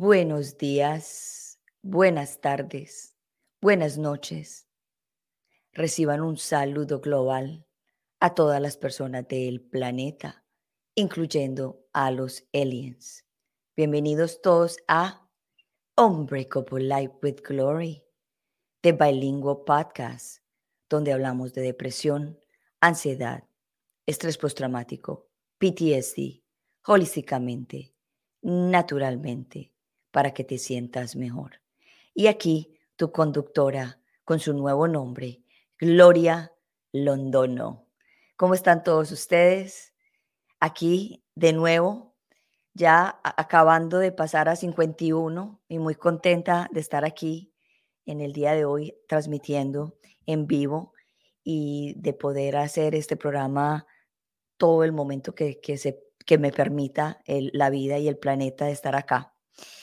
Buenos días, buenas tardes, buenas noches. Reciban un saludo global a todas las personas del planeta, incluyendo a los aliens. Bienvenidos todos a Unbreakable Life with Glory, The Bilingual Podcast, donde hablamos de depresión, ansiedad, estrés postraumático, PTSD, holísticamente, naturalmente, para que te sientas mejor. Y aquí tu conductora con su nuevo nombre, Gloria Londono. ¿Cómo están todos ustedes? Aquí de nuevo, ya acabando de pasar a 51 y muy contenta de estar aquí en el día de hoy transmitiendo en vivo y de poder hacer este programa todo el momento que me permita la vida y el planeta de estar acá.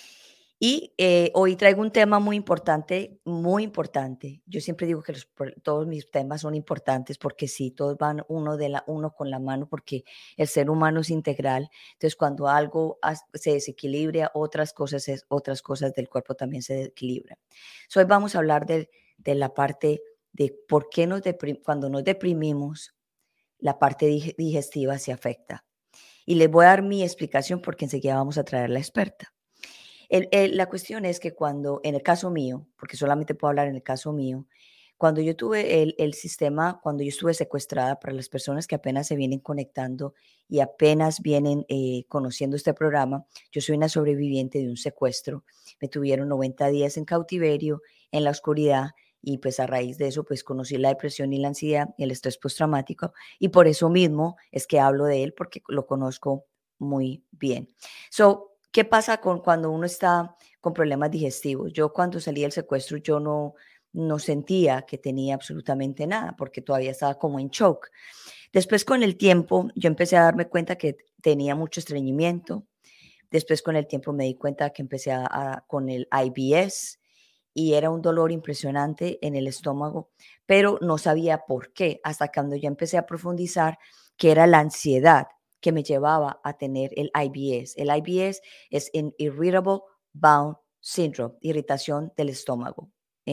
Y hoy traigo un tema muy importante, muy importante. Yo siempre digo que todos mis temas son importantes porque sí, todos van uno con la mano porque el ser humano es integral. Entonces, cuando algo se desequilibra, otras cosas del cuerpo también se desequilibran. Hoy vamos a hablar de la parte de por qué cuando nos deprimimos, la parte digestiva se afecta. Y les voy a dar mi explicación porque enseguida vamos a traer a la experta. La cuestión es que cuando, en el caso mío, porque solamente puedo hablar en el caso mío, cuando yo tuve el sistema, cuando yo estuve secuestrada, para las personas que apenas se vienen conectando y apenas vienen conociendo este programa, yo soy una sobreviviente de un secuestro. Me tuvieron 90 días en cautiverio, en la oscuridad, y pues a raíz de eso, pues conocí la depresión y la ansiedad y el estrés postraumático, y por eso mismo es que hablo de él, porque lo conozco muy bien. ¿Qué pasa cuando uno está con problemas digestivos? Yo cuando salí del secuestro, yo no sentía que tenía absolutamente nada, porque todavía estaba como en shock. Después, con el tiempo, yo empecé a darme cuenta que tenía mucho estreñimiento. Después, con el tiempo, me di cuenta que empecé con el IBS y era un dolor impresionante en el estómago, pero no sabía por qué, hasta cuando ya empecé a profundizar, que era la ansiedad que me llevaba a tener el IBS. El IBS es Irritable Bowel Syndrome, irritación del estómago,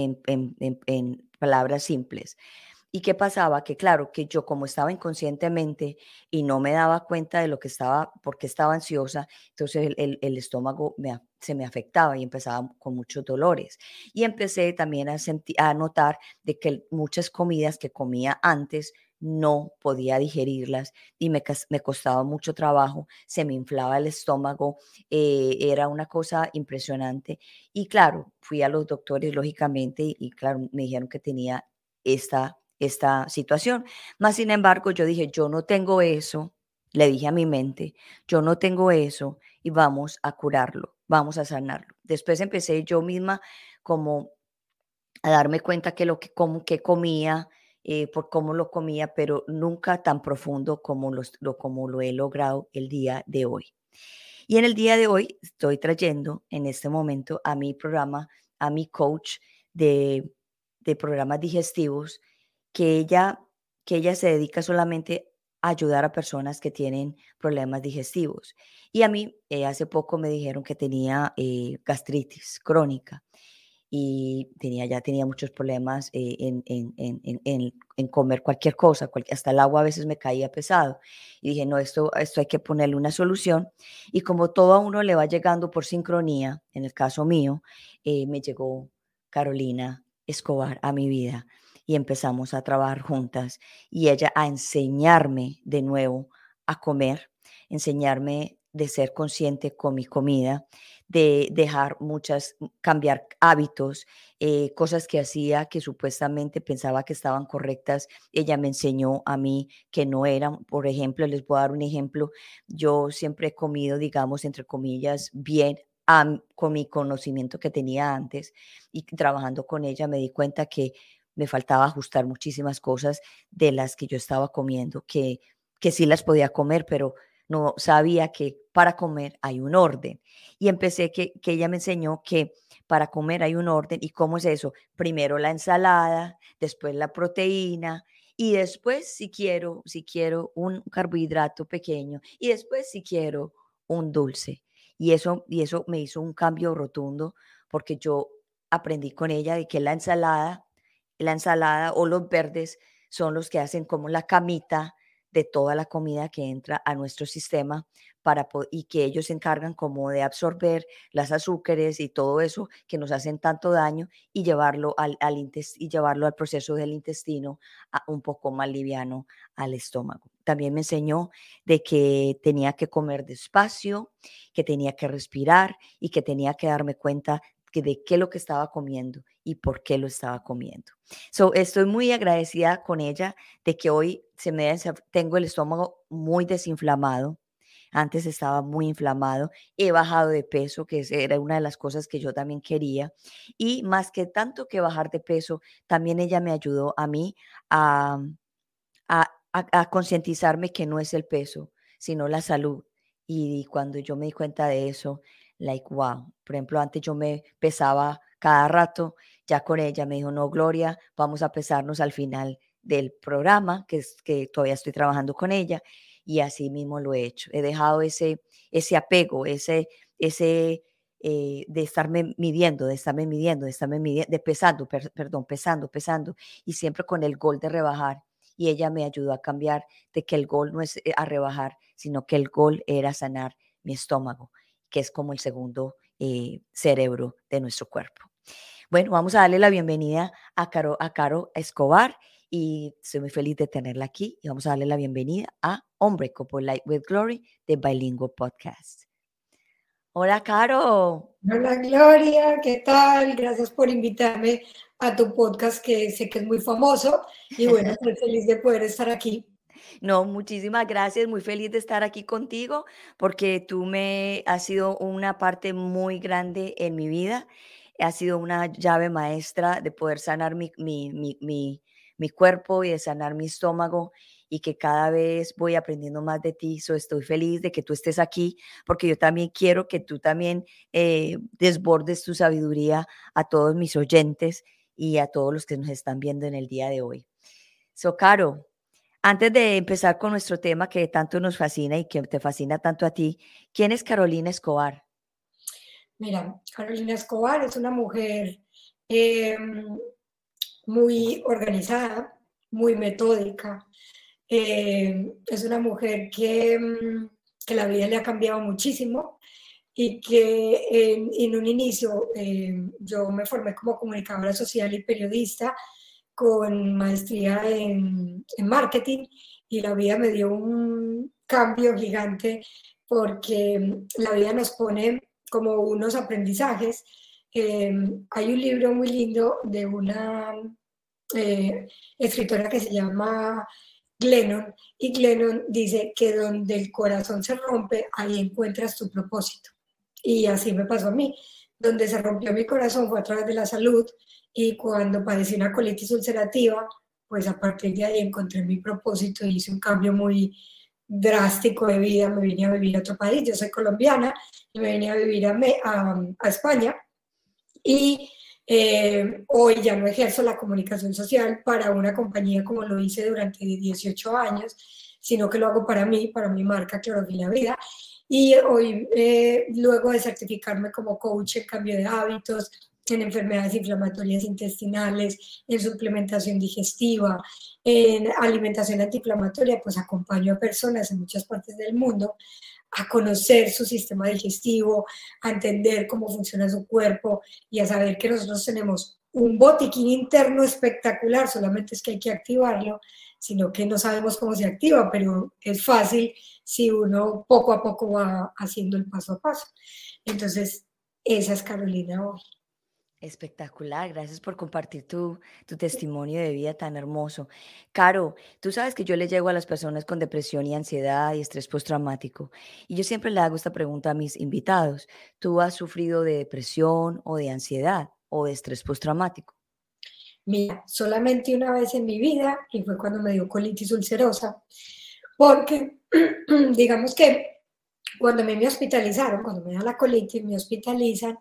en palabras simples. ¿Y qué pasaba? Que claro, que yo como estaba inconscientemente y no me daba cuenta de lo que estaba, porque estaba ansiosa, entonces el estómago se me afectaba y empezaba con muchos dolores. Y empecé también a notar de que muchas comidas que comía antes no podía digerirlas y me costaba mucho trabajo, se me inflaba el estómago, era una cosa impresionante. Y claro, fui a los doctores, lógicamente, y claro, me dijeron que tenía esta situación. Más sin embargo, yo dije, yo no tengo eso, le dije a mi mente, yo no tengo eso y vamos a curarlo, vamos a sanarlo. Después empecé yo misma como a darme cuenta que que comía, por cómo lo comía, pero nunca tan profundo como lo he logrado el día de hoy. Y en el día de hoy estoy trayendo en este momento a mi programa, a mi coach de, de programas digestivos, que ella, que ella se dedica solamente a ayudar a personas que tienen problemas digestivos. Y a mí hace poco me dijeron que tenía gastritis crónica y ya tenía muchos problemas en comer cualquier cosa, hasta el agua a veces me caía pesado. Y dije, no, esto hay que ponerle una solución. Y como todo a uno le va llegando por sincronía, en el caso mío, me llegó Carolina Escobar a mi vida y empezamos a trabajar juntas y ella a enseñarme de nuevo a comer, enseñarme de ser consciente con mi comida, de dejar cambiar hábitos, cosas que hacía que supuestamente pensaba que estaban correctas. Ella me enseñó a mí que no eran. Por ejemplo, les voy a dar un ejemplo. Yo siempre he comido, digamos, entre comillas, bien. Con mi conocimiento que tenía antes y trabajando con ella me di cuenta que me faltaba ajustar muchísimas cosas de las que yo estaba comiendo, que sí las podía comer, pero no sabía que para comer hay un orden. Y empecé que ella me enseñó que para comer hay un orden. ¿Y cómo es eso? Primero la ensalada, después la proteína y después si quiero un carbohidrato pequeño y después si quiero un dulce. Y eso me hizo un cambio rotundo, porque yo aprendí con ella de que la ensalada o los verdes son los que hacen como la camita de toda la comida que entra a nuestro sistema y que ellos se encargan como de absorber las azúcares y todo eso que nos hacen tanto daño y llevarlo al proceso del intestino un poco más liviano al estómago. También me enseñó de que tenía que comer despacio, que tenía que respirar y que tenía que darme cuenta de qué es lo que estaba comiendo y por qué lo estaba comiendo. Estoy muy agradecida con ella de que hoy tengo el estómago muy desinflamado. Antes estaba muy inflamado, he bajado de peso, que era una de las cosas que yo también quería. Y más que tanto que bajar de peso, también ella me ayudó a mí a, a concientizarme que no es el peso, sino la salud. Y cuando yo me di cuenta de eso, like, wow. Por ejemplo, antes yo me pesaba cada rato, ya con ella me dijo, no, Gloria, vamos a pesarnos al final del programa, que todavía estoy trabajando con ella, y así mismo lo he hecho. He dejado ese apego, de estarme midiendo, pesando, y siempre con el gol de rebajar. Y ella me ayudó a cambiar de que el gol no es a rebajar, sino que el gol era sanar mi estómago, que es como el segundo cerebro de nuestro cuerpo. Bueno, vamos a darle la bienvenida a Caro Escobar, y estoy muy feliz de tenerla aquí, y vamos a darle la bienvenida a Unbreakable Light with Glory de Bilingual Podcast. Hola, Caro. Hola Gloria, ¿qué tal? Gracias por invitarme a tu podcast que sé que es muy famoso y bueno, estoy feliz de poder estar aquí. No, muchísimas gracias, muy feliz de estar aquí contigo, porque tú me has sido una parte muy grande en mi vida, has sido una llave maestra de poder sanar mi cuerpo y de sanar mi estómago, y que cada vez voy aprendiendo más de ti. Estoy feliz de que tú estés aquí, porque yo también quiero que tú también desbordes tu sabiduría a todos mis oyentes y a todos los que nos están viendo en el día de hoy. Caro, antes de empezar con nuestro tema que tanto nos fascina y que te fascina tanto a ti, ¿quién es Carolina Escobar? Mira, Carolina Escobar es una mujer eh, muy organizada, muy metódica. Es una mujer que la vida le ha cambiado muchísimo y que en un inicio yo me formé como comunicadora social y periodista con maestría en marketing, y la vida me dio un cambio gigante porque la vida nos pone como unos aprendizajes. Hay un libro muy lindo de una eh, escritora que se llama Glennon, y Glennon dice que donde el corazón se rompe, ahí encuentras tu propósito. Y así me pasó a mí. Donde se rompió mi corazón fue a través de la salud, y cuando padecí una colitis ulcerativa, pues a partir de ahí encontré mi propósito y hice un cambio muy drástico de vida. Me vine a vivir a otro país, yo soy colombiana, y me vine a vivir a España, y hoy ya no ejerzo la comunicación social para una compañía como lo hice durante 18 años, sino que lo hago para mí, para mi marca Clorofila Vida. Y hoy, luego de certificarme como coach en cambio de hábitos, en enfermedades inflamatorias intestinales, en suplementación digestiva, en alimentación antiinflamatoria, pues acompaño a personas en muchas partes del mundo a conocer su sistema digestivo, a entender cómo funciona su cuerpo y a saber que nosotros tenemos un botiquín interno espectacular, solamente es que hay que activarlo, sino que no sabemos cómo se activa, pero es fácil si uno poco a poco va haciendo el paso a paso. Entonces, esa es Carolina hoy. Espectacular, gracias por compartir tu testimonio de vida tan hermoso. Caro, tú sabes que yo le llego a las personas con depresión y ansiedad y estrés postraumático, y yo siempre le hago esta pregunta a mis invitados. ¿Tú has sufrido de depresión o de ansiedad o de estrés postraumático? Mira, solamente una vez en mi vida, y fue cuando me dio colitis ulcerosa, porque digamos que cuando a mí me hospitalizaron, cuando me da la colitis, me hospitalizan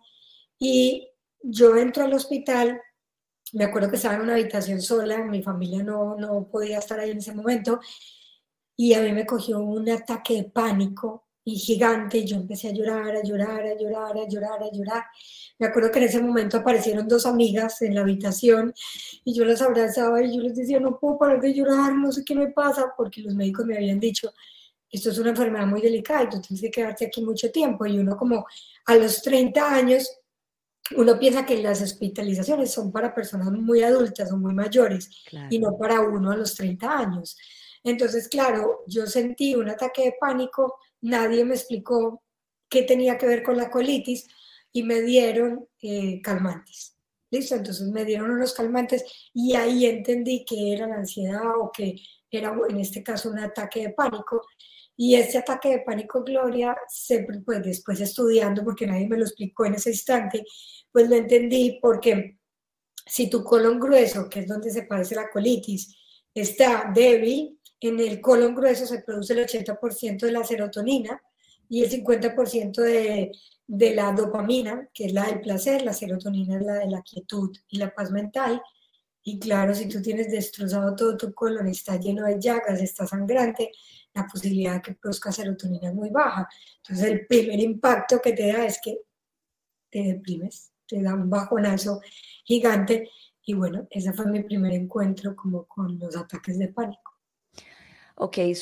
y yo entro al hospital. Me acuerdo que estaba en una habitación sola, mi familia no podía estar ahí en ese momento, y a mí me cogió un ataque de pánico y gigante, y yo empecé a llorar, a llorar, a llorar, a llorar, a llorar. Me acuerdo que en ese momento aparecieron dos amigas en la habitación y yo las abrazaba y yo les decía, no puedo parar de llorar, no sé qué me pasa, porque los médicos me habían dicho, esto es una enfermedad muy delicada y tú tienes que quedarte aquí mucho tiempo. Y uno como a los 30 años, uno piensa que las hospitalizaciones son para personas muy adultas o muy mayores y Claro. no para uno a los 30 años. Entonces, claro, yo sentí un ataque de pánico, nadie me explicó qué tenía que ver con la colitis y me dieron calmantes. ¿Listo? Entonces me dieron unos calmantes y ahí entendí que era la ansiedad o que era en este caso un ataque de pánico. Y este ataque de pánico, Gloria, pues después estudiando, porque nadie me lo explicó en ese instante, pues lo entendí porque si tu colon grueso, que es donde se padece la colitis, está débil, en el colon grueso se produce el 80% de la serotonina y el 50% de la dopamina, que es la del placer, la serotonina es la de la quietud y la paz mental. Y claro, si tú tienes destrozado todo tu colon, está lleno de llagas, está sangrante, la posibilidad de que produzca serotonina es muy baja. Entonces, el primer impacto que te da es que te deprimes, te da un bajonazo gigante. Y bueno, ese fue mi primer encuentro como con los ataques de pánico. Okey,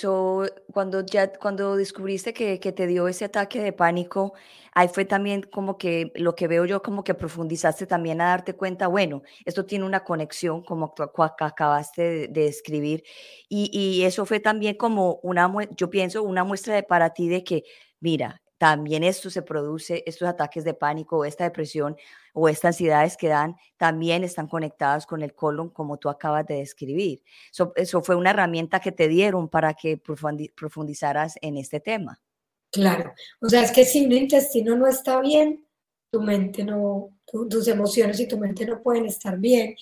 cuando descubriste que te dio ese ataque de pánico, ahí fue también como que lo que veo yo, como que profundizaste también a darte cuenta, bueno, esto tiene una conexión, como tú acabaste de describir, y eso fue también como yo pienso, una muestra de para ti de que, mira, también esto se produce, estos ataques de pánico, o esta depresión, o estas ansiedades que dan, también están conectadas con el colon, como tú acabas de describir. Eso fue una herramienta que te dieron para que profundizaras en este tema. Claro, o sea, es que si un intestino no está bien, tu mente no, tus emociones y tu mente no pueden estar bien.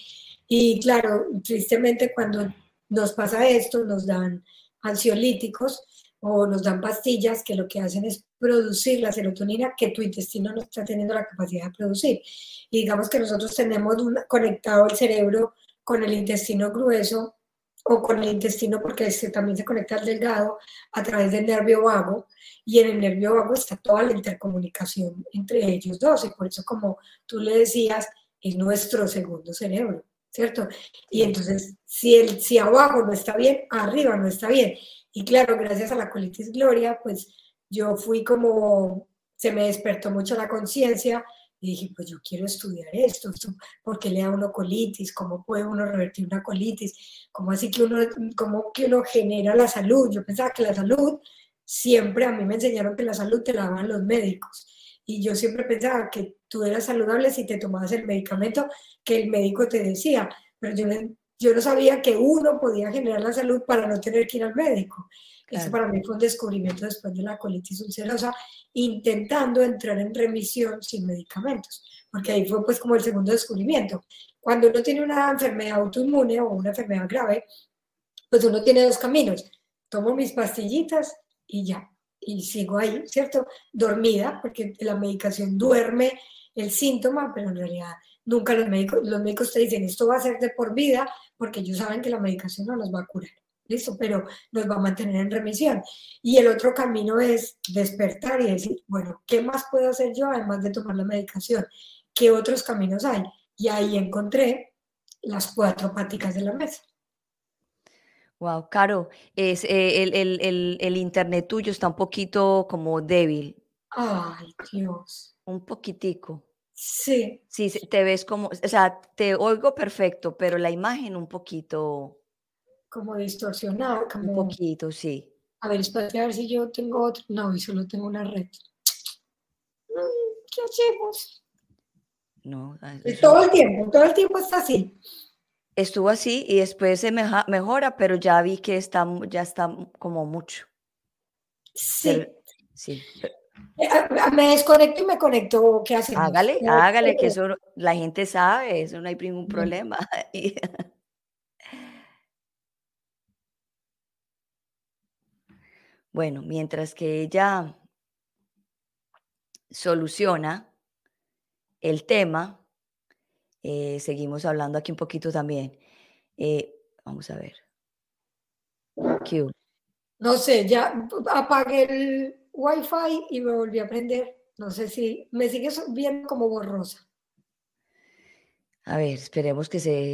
Y claro, tristemente cuando nos pasa esto, nos dan ansiolíticos o nos dan pastillas que lo que hacen es producir la serotonina que tu intestino no está teniendo la capacidad de producir. Y digamos que nosotros tenemos conectado el cerebro con el intestino grueso o con el intestino porque también se conecta al delgado a través del nervio vago y en el nervio vago está toda la intercomunicación entre ellos dos y por eso como tú le decías, es nuestro segundo cerebro, ¿cierto? Y Sí. entonces si abajo no está bien, arriba no está bien. Y claro, gracias a la colitis Gloria, pues yo fui como, se me despertó mucho la conciencia y dije, pues yo quiero estudiar esto, ¿por qué le da uno colitis? ¿Cómo puede uno revertir una colitis? ¿Cómo así que cómo que uno genera la salud? Yo pensaba que la salud siempre a mí me enseñaron que la salud te la daban los médicos. Y yo siempre pensaba que tú eras saludable si te tomabas el medicamento que el médico te decía, pero yo no sabía que uno podía generar la salud para no tener que ir al médico. Eso Claro. para mí fue un descubrimiento después de la colitis ulcerosa, intentando entrar en remisión sin medicamentos, porque ahí fue pues como el segundo descubrimiento. Cuando uno tiene una enfermedad autoinmune o una enfermedad grave, pues uno tiene dos caminos. Tomo mis pastillitas y ya, y sigo ahí, ¿cierto? Dormida, porque la medicación duerme el síntoma, pero en realidad nunca los médicos te dicen esto va a ser de por vida, porque ellos saben que la medicación no nos va a curar, ¿listo? Pero nos va a mantener en remisión. Y el otro camino es despertar y decir, bueno, ¿qué más puedo hacer yo además de tomar la medicación? ¿Qué otros caminos hay? Y ahí encontré las cuatro paticas de la mesa. Wow, Caro, el internet tuyo está un poquito como débil, Ay, Dios. un poquitico. Sí, Sí, te ves como, o sea, te oigo perfecto, pero la imagen como distorsionada, un como, poquito, sí. a ver, espérate a ver si yo tengo otro. No, y solo tengo una red. ¿Qué hacemos? No, eso Todo el tiempo está así. estuvo así y después se mejora, pero ya vi que ya está como mucho. Pero Sí. sí, Me desconecto y me conecto. ¿Qué hacemos? hágale, hágale, que eso la gente sabe, eso no hay ningún Bueno, problema. Y bueno, mientras que ella soluciona el tema, seguimos hablando aquí un poquito también. Vamos a ver. Q. no sé, ya apagué Wi-Fi y me volví a prender. No sé si me sigues viendo como borrosa. A ver, esperemos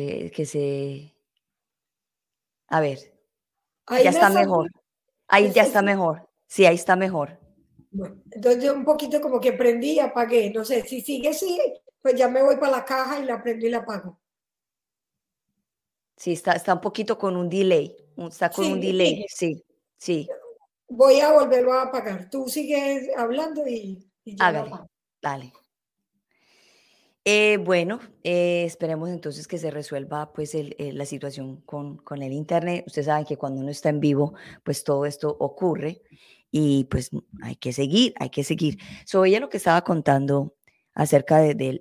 a ver, Ahí ya me está estás mejor. viendo. Ahí ya está mejor. Sí, ahí está mejor. Bueno, entonces yo un poquito como que prendí y apagué. No sé, si sigue así, pues ya me voy para la caja y la prendo y la apago. Sí, está un poquito con un delay. Está con un Sí, delay. sigue. Sí, sí. Voy a volverlo a apagar. Tú sigues hablando y yo lo Hágale. apago. Dale. Bueno, esperemos entonces que se resuelva pues la situación con el internet. Ustedes saben que cuando uno está en vivo, pues todo esto ocurre y pues hay que seguir, hay que seguir. So, ella lo que estaba contando acerca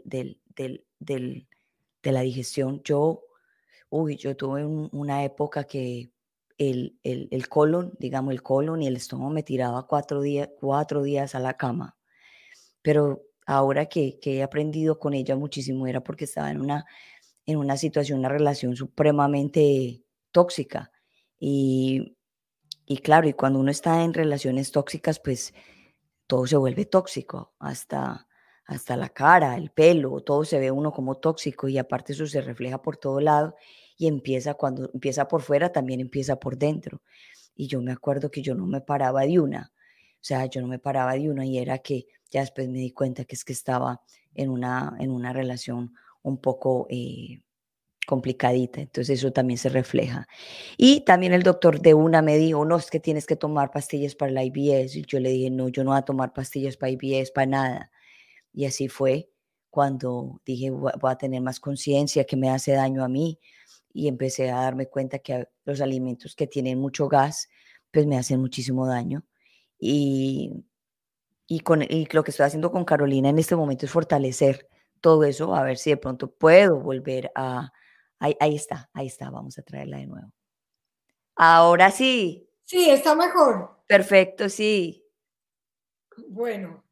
de la digestión, yo tuve una época que el colon, digamos, el colon y el estómago me tiraba 4 días a la cama, pero ahora que he aprendido con ella muchísimo era porque estaba en una situación, una relación supremamente tóxica. Y, y claro, y cuando uno está en relaciones tóxicas, pues todo se vuelve tóxico, hasta la cara, el pelo, todo se ve uno como tóxico y aparte eso se refleja por todo lado y cuando empieza por fuera, también empieza por dentro. Y yo me acuerdo que yo no me paraba de una, o sea, yo no me paraba de una y era que ya después me di cuenta que es que estaba en una relación un poco complicadita, entonces eso también se refleja. Y también el doctor de una me dijo, no, es que tienes que tomar pastillas para la IBS. Y yo le dije, no, yo no voy a tomar pastillas para IBS, para nada. Y así fue cuando dije, voy a tener más conciencia que me hace daño a mí. Y empecé a darme cuenta que los alimentos que tienen mucho gas, pues me hacen muchísimo daño. Y, y lo que estoy haciendo con Carolina en este momento es fortalecer todo eso, a ver si de pronto puedo volver a... ahí está, vamos a traerla de nuevo. Ahora sí, Sí, está mejor. perfecto, sí. Bueno,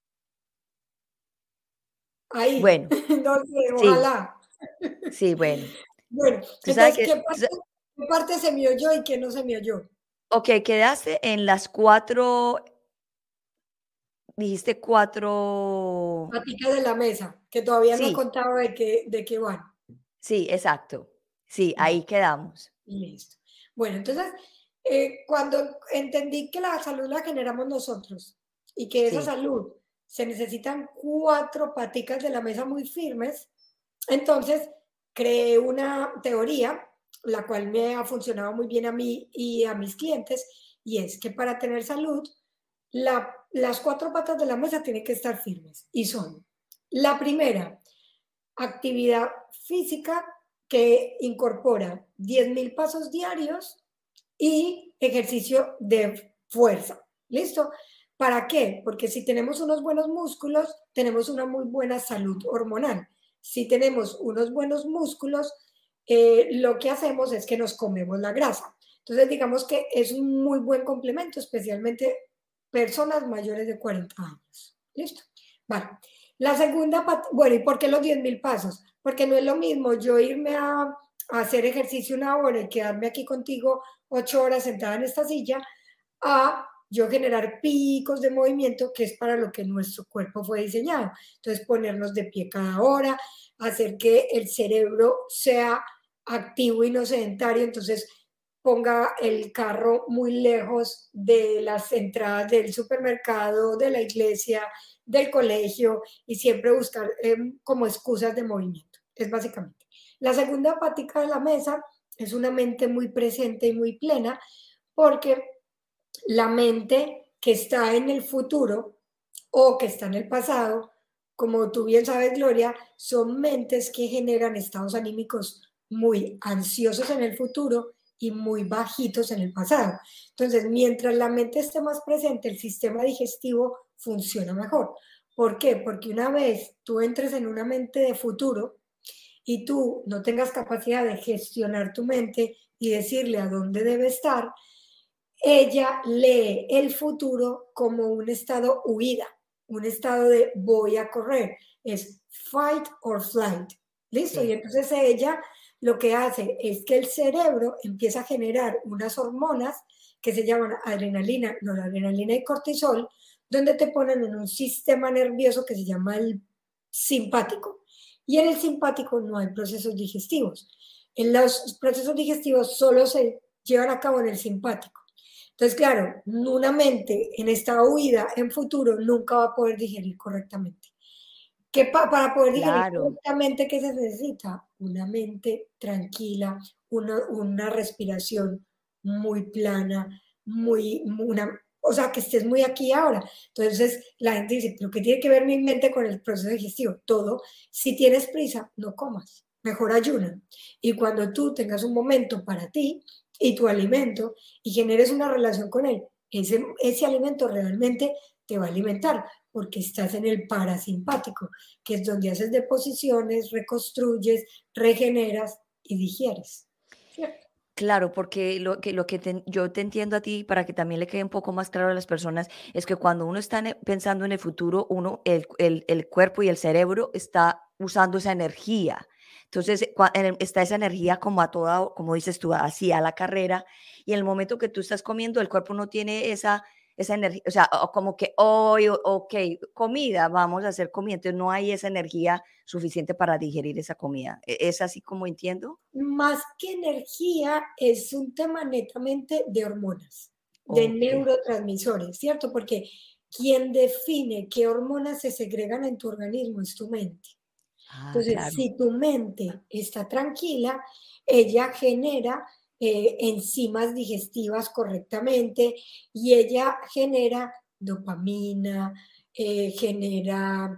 ahí. Bueno, No sé, sí, ojalá. sí, bueno. Bueno, Tú sabes entonces, que, qué parte se me oyó y qué no se me oyó? ok, quedaste en las 4, dijiste 4, Patica de la mesa, que todavía no he sí, contado de qué van. sí, exacto. Sí, ahí quedamos. Listo. Bueno, entonces, cuando entendí que la salud la generamos nosotros y que esa Sí, salud se necesitan cuatro paticas de la mesa muy firmes, entonces creé una teoría, la cual me ha funcionado muy bien a mí y a mis clientes, y es que para tener salud, las cuatro patas de la mesa tienen que estar firmes y son la primera, actividad física que incorpora 10.000 pasos diarios y ejercicio de fuerza. ¿Listo? ¿Para qué? Porque si tenemos unos buenos músculos, tenemos una muy buena salud hormonal. Si tenemos unos buenos músculos, lo que hacemos es que nos comemos la grasa. Entonces, digamos que es un muy buen complemento, especialmente personas mayores de 40 años. ¿Listo? Vale. La segunda, bueno, ¿y por qué los 10.000 pasos? Porque no es lo mismo yo irme a hacer ejercicio una hora y quedarme aquí contigo 8 horas sentada en esta silla, a yo generar picos de movimiento, que es para lo que nuestro cuerpo fue diseñado. Entonces, ponernos de pie cada hora, hacer que el cerebro sea activo y no sedentario, entonces ponga el carro muy lejos de las entradas del supermercado, de la iglesia, del colegio y siempre buscar como excusas de movimiento. Es básicamente. La segunda pática de la mesa es una mente muy presente y muy plena porque la mente que está en el futuro o que está en el pasado, como tú bien sabes, Gloria, son mentes que generan estados anímicos muy ansiosos en el futuro y muy bajitos en el pasado. Entonces, mientras la mente esté más presente, el sistema digestivo funciona mejor. ¿Por qué? Porque una vez tú entres en una mente de futuro y tú no tengas capacidad de gestionar tu mente y decirle a dónde debe estar, ella lee el futuro como un estado huida, un estado de voy a correr, es fight or flight. ¿Listo? Y sí, entonces ella lo que hace es que el cerebro empieza a generar unas hormonas que se llaman adrenalina, noradrenalina y cortisol, donde te ponen en un sistema nervioso que se llama el simpático. Y en el simpático no hay procesos digestivos. En los procesos digestivos solo se llevan a cabo en el simpático. Entonces, claro, una mente en esta huida en futuro nunca va a poder digerir correctamente. Para poder digerir Claro. correctamente, ¿qué se necesita? Una mente tranquila, una respiración muy plana, o sea, que estés muy aquí ahora. Entonces, la gente dice, ¿pero qué tiene que ver mi mente con el proceso digestivo? Todo. Si tienes prisa, no comas, mejor ayuna. Y cuando tú tengas un momento para ti y tu alimento y generes una relación con él, ese alimento realmente te va a alimentar porque estás en el parasimpático, que es donde haces deposiciones, reconstruyes, regeneras y digieres. ¿Cierto? Claro, porque yo te entiendo a ti, para que también le quede un poco más claro a las personas, es que cuando uno está pensando en el futuro, el cuerpo y el cerebro está usando esa energía. Entonces, está esa energía como a toda, como dices tú, así a la carrera, y en el momento que tú estás comiendo, el cuerpo no tiene esa energía, o sea, como que hoy, ok, comida, vamos a hacer comida, entonces no hay esa energía suficiente para digerir esa comida. ¿Es así como entiendo? Más que energía, es un tema netamente de hormonas, de Ok. neurotransmisores, ¿cierto? Porque quien define qué hormonas se segregan en tu organismo es tu mente. Ah, Entonces, claro. si tu mente está tranquila, ella genera enzimas digestivas correctamente y ella genera dopamina, genera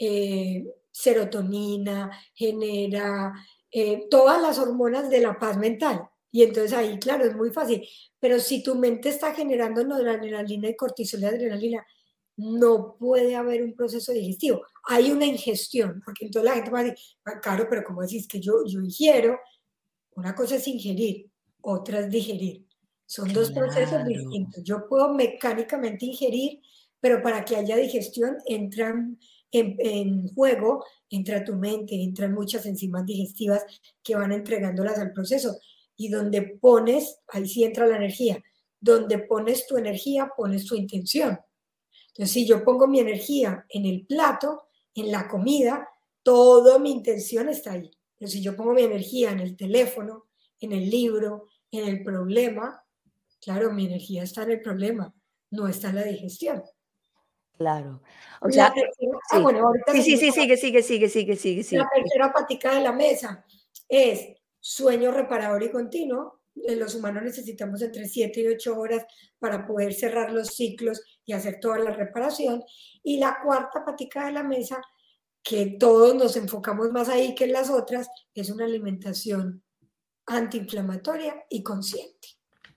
serotonina, genera todas las hormonas de la paz mental. Y entonces ahí, claro, es muy fácil. Pero si tu mente está generando noradrenalina y cortisol y adrenalina, no puede haber un proceso digestivo. Hay una ingestión, porque entonces la gente va a decir, "Ah, Caro, pero ¿cómo decís que yo ingiero? Una cosa es ingerir, otra es digerir. Son dos procesos Claro, distintos. Yo puedo mecánicamente ingerir, pero para que haya digestión entran en juego, entra tu mente, entran muchas enzimas digestivas que van entregándolas al proceso. Y donde pones, ahí sí entra la energía, donde pones tu energía, pones tu intención. Entonces, si yo pongo mi energía en el plato, en la comida, toda mi intención está ahí. Pero si yo pongo mi energía en el teléfono, en el libro, en el problema, claro, mi energía está en el problema, no está en la digestión. claro. O La sea, tercera, sí. bueno, ahorita Sí, sí, seguimos sí, hablando. La sigue. tercera patica de la mesa es sueño reparador y continuo. Los humanos necesitamos entre 7 y 8 horas para poder cerrar los ciclos y hacer toda la reparación. Y la cuarta patica de la mesa, que todos nos enfocamos más ahí que en las otras, es una alimentación antiinflamatoria y consciente.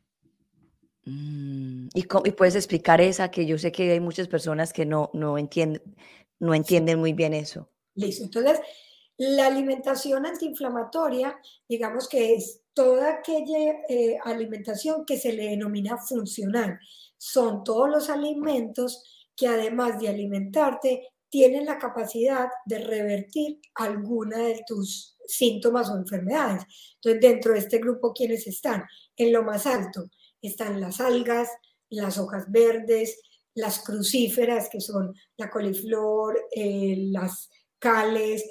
¿Y puedes explicar esa? Que yo sé que hay muchas personas que no entienden muy bien eso. Listo. Entonces, la alimentación antiinflamatoria, digamos que es toda aquella alimentación que se le denomina funcional. Son todos los alimentos que además de alimentarte, tienen la capacidad de revertir alguna de tus síntomas o enfermedades. Entonces, dentro de este grupo, ¿quiénes están? En lo más alto están las algas, las hojas verdes, las crucíferas, que son la coliflor, las cales,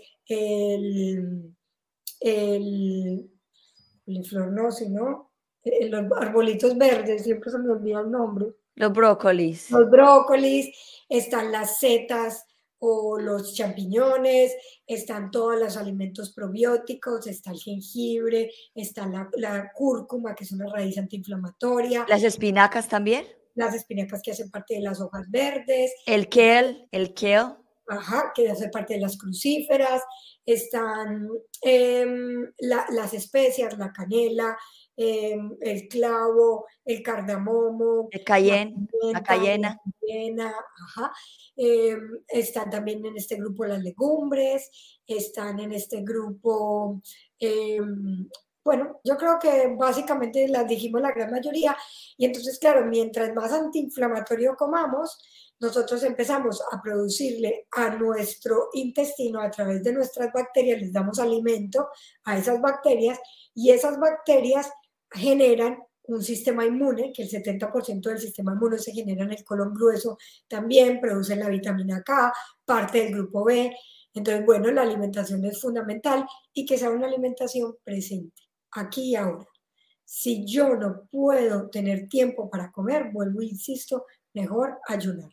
el coliflor no, sino los arbolitos verdes, siempre se me olvida el nombre, Los brócolis. los brócolis, están las setas o los champiñones, están todos los alimentos probióticos, está el jengibre, está la cúrcuma, que es una raíz antiinflamatoria, ¿Las espinacas también? las espinacas que hacen parte de las hojas verdes, El kale. ajá, que hace parte de las crucíferas, están las especias, la canela, el clavo, el cardamomo, El la cayenne, la pimienta, la cayena. cayena, ajá. Están también en este grupo las legumbres, están en este grupo, bueno, yo creo que básicamente las dijimos la gran mayoría, y entonces, claro, mientras más antiinflamatorio comamos, nosotros empezamos a producirle a nuestro intestino a través de nuestras bacterias, les damos alimento a esas bacterias y esas bacterias generan un sistema inmune, que el 70% del sistema inmune se genera en el colon grueso, también produce la vitamina K, parte del grupo B. Entonces, bueno, la alimentación es fundamental y que sea una alimentación presente, aquí y ahora. Si yo no puedo tener tiempo para comer, vuelvo e insisto, mejor ayunar.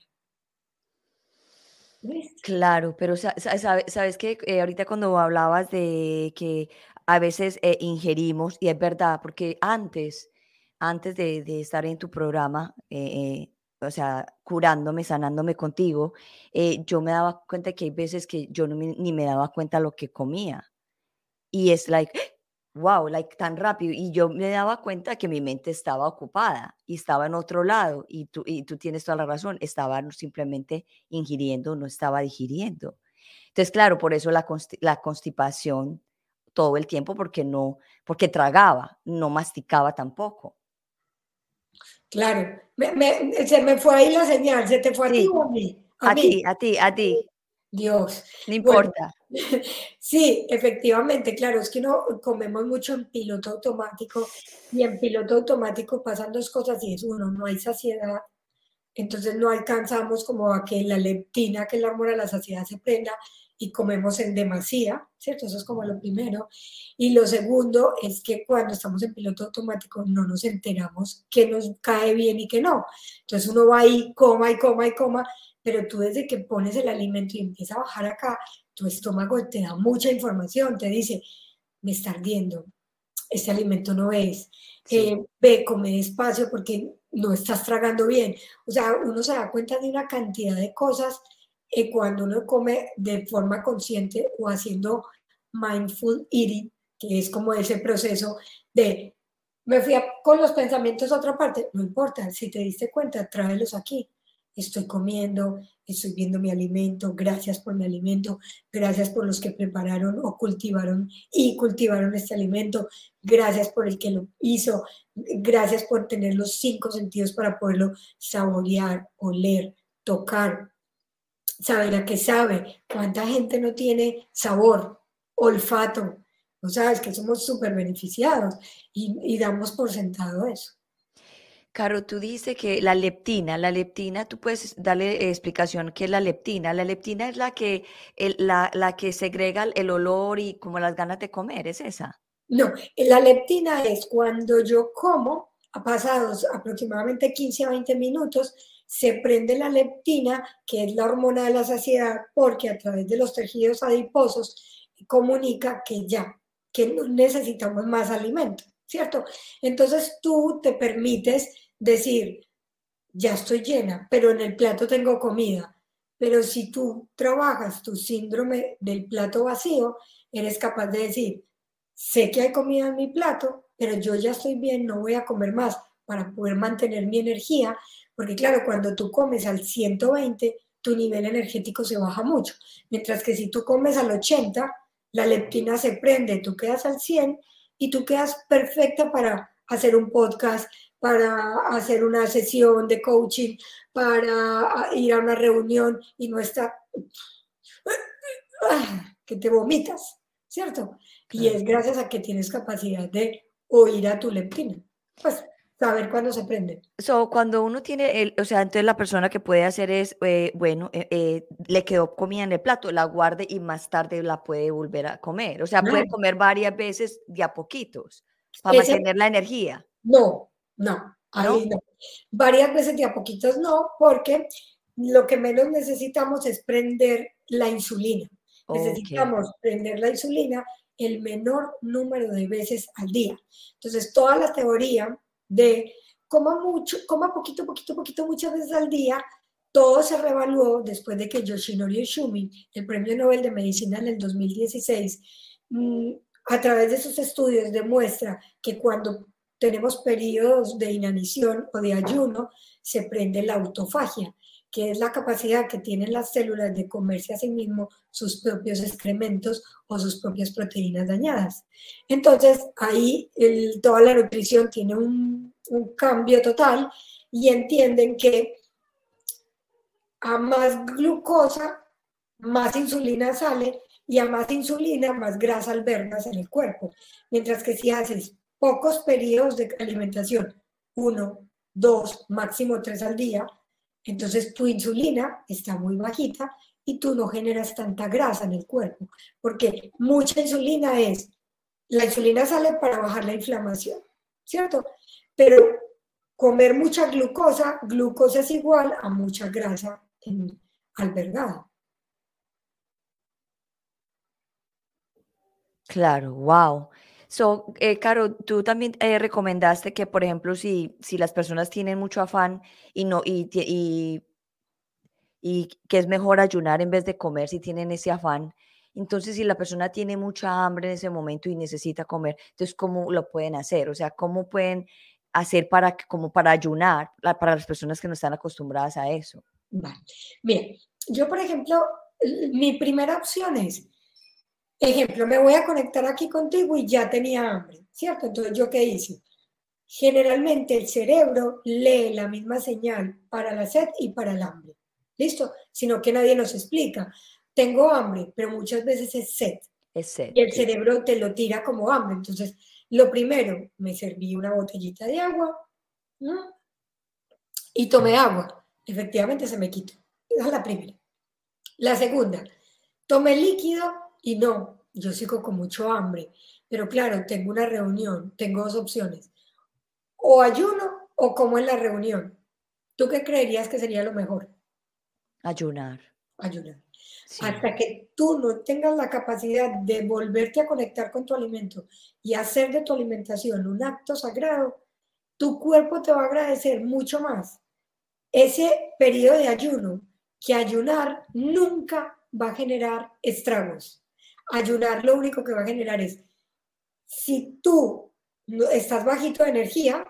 ¿Listo? Claro, pero sabes que ahorita cuando hablabas de que a veces ingerimos, y es verdad, porque antes de estar en tu programa, o sea, curándome, sanándome contigo, yo me daba cuenta que hay veces que yo ni me daba cuenta lo que comía. Y es like, wow, like tan rápido. Y yo me daba cuenta que mi mente estaba ocupada y estaba en otro lado. Y tú tienes toda la razón, estaba simplemente ingiriendo, no estaba digiriendo. Entonces, claro, por eso la constipación todo el tiempo, porque tragaba, no masticaba tampoco. Claro, se me fue ahí la señal, ¿se te fue a ti Sí, o a mí? A a ti, mí. a ti, a ti, Dios. no Bueno, importa. sí, efectivamente, claro, es que no comemos mucho en piloto automático y en piloto automático pasan dos cosas y es uno, no hay saciedad, entonces no alcanzamos como a que la leptina, que es la hormona de la saciedad, se prenda y comemos en demasía, ¿cierto? Eso es como lo primero. Y lo segundo es que cuando estamos en piloto automático no nos enteramos qué nos cae bien y qué no. Entonces uno va ahí, coma y coma y coma, pero tú desde que pones el alimento y empieza a bajar acá, tu estómago te da mucha información, te dice, me está ardiendo, este alimento no es, Sí. ve, come despacio porque no estás tragando bien. O sea, uno se da cuenta de una cantidad de cosas cuando uno come de forma consciente o haciendo mindful eating, que es como ese proceso de, me fui con los pensamientos a otra parte, no importa, si te diste cuenta, tráelos aquí. Estoy comiendo, estoy viendo mi alimento, gracias por mi alimento, gracias por los que prepararon o cultivaron y cultivaron este alimento, gracias por el que lo hizo, gracias por tener los 5 sentidos para poderlo saborear, oler, tocar, saber a qué sabe. ¿Cuánta gente no tiene sabor, olfato? O sea, es que somos súper beneficiados y damos por sentado eso. Caro, tú dices que la leptina, tú puedes darle explicación qué es la leptina. La leptina es la que segrega el olor y como las ganas de comer, ¿es esa? No, la leptina es cuando yo como, a pasados aproximadamente 15 a 20 minutos, se prende la leptina, que es la hormona de la saciedad, porque a través de los tejidos adiposos comunica que ya, que no necesitamos más alimento, ¿cierto? Entonces tú te permites decir, ya estoy llena, pero en el plato tengo comida. Pero si tú trabajas tu síndrome del plato vacío, eres capaz de decir, sé que hay comida en mi plato, pero yo ya estoy bien, no voy a comer más para poder mantener mi energía, porque claro, cuando tú comes al 120, tu nivel energético se baja mucho, mientras que si tú comes al 80, la leptina se prende, tú quedas al 100 y tú quedas perfecta para hacer un podcast, para hacer una sesión de coaching, para ir a una reunión y no está que te vomitas, ¿cierto? Y Claro. es gracias a que tienes capacidad de oír a tu leptina. Pues saber cuándo se prende. So, cuando uno tiene o sea, entonces la persona que puede hacer es, bueno, le quedó comida en el plato, la guarde y más tarde la puede volver a comer. O sea, puede Claro. comer varias veces de a poquitos para Ese mantener la energía, no, no, ahí ¿no? no. Varias veces de a poquitos no, porque lo que menos necesitamos es prender la insulina. Okey. Necesitamos prender la insulina el menor número de veces al día. Entonces, toda la teoría de coma mucho, coma poquito, poquito, poquito, muchas veces al día, todo se revaluó después de que Yoshinori Ishumi, el premio Nobel de Medicina en el 2016, a través de sus estudios demuestra que cuando tenemos periodos de inanición o de ayuno, se prende la autofagia, que es la capacidad que tienen las células de comerse a sí mismo sus propios excrementos o sus propias proteínas dañadas. Entonces, ahí toda la nutrición tiene un cambio total y entienden que a más glucosa, más insulina sale y a más insulina, más grasa albergas en el cuerpo. Mientras que si haces pocos periodos de alimentación 1, 2, máximo 3 al día, entonces tu insulina está muy bajita y tú no generas tanta grasa en el cuerpo, porque mucha insulina la insulina sale para bajar la inflamación, ¿cierto? Pero comer mucha glucosa, glucosa es igual a mucha grasa albergada. Claro, wow. So, Caro, tú también recomendaste que, por ejemplo, si las personas tienen mucho afán y no y que es mejor ayunar en vez de comer si tienen ese afán. Entonces, si la persona tiene mucha hambre en ese momento y necesita comer, entonces, ¿cómo lo pueden hacer? O sea, ¿cómo pueden hacer como para ayunar para las personas que no están acostumbradas a eso? Vale. Mira, yo, por ejemplo, mi primera opción es, ejemplo, me voy a conectar aquí contigo y ya tenía hambre, ¿cierto? Entonces, ¿yo qué hice? Generalmente el cerebro lee la misma señal para la sed y para el hambre. ¿Listo? Sino que nadie nos explica. Tengo hambre, pero muchas veces es sed. Es sed, Y el sí. cerebro te lo tira como hambre. Entonces, lo primero, me serví una botellita de agua, ¿no? Y tomé agua. Efectivamente se me quitó. Esa es la primera. La segunda, tomé líquido y no, yo sigo con mucho hambre. Pero claro, tengo una reunión, tengo dos opciones. O ayuno o como en la reunión. ¿Tú qué creerías que sería lo mejor? Ayunar, Ayunar. sí. Hasta que tú no tengas la capacidad de volverte a conectar con tu alimento y hacer de tu alimentación un acto sagrado, tu cuerpo te va a agradecer mucho más ese periodo de ayuno, que ayunar nunca va a generar estragos. Ayunar lo único que va a generar es, si tú estás bajito de energía,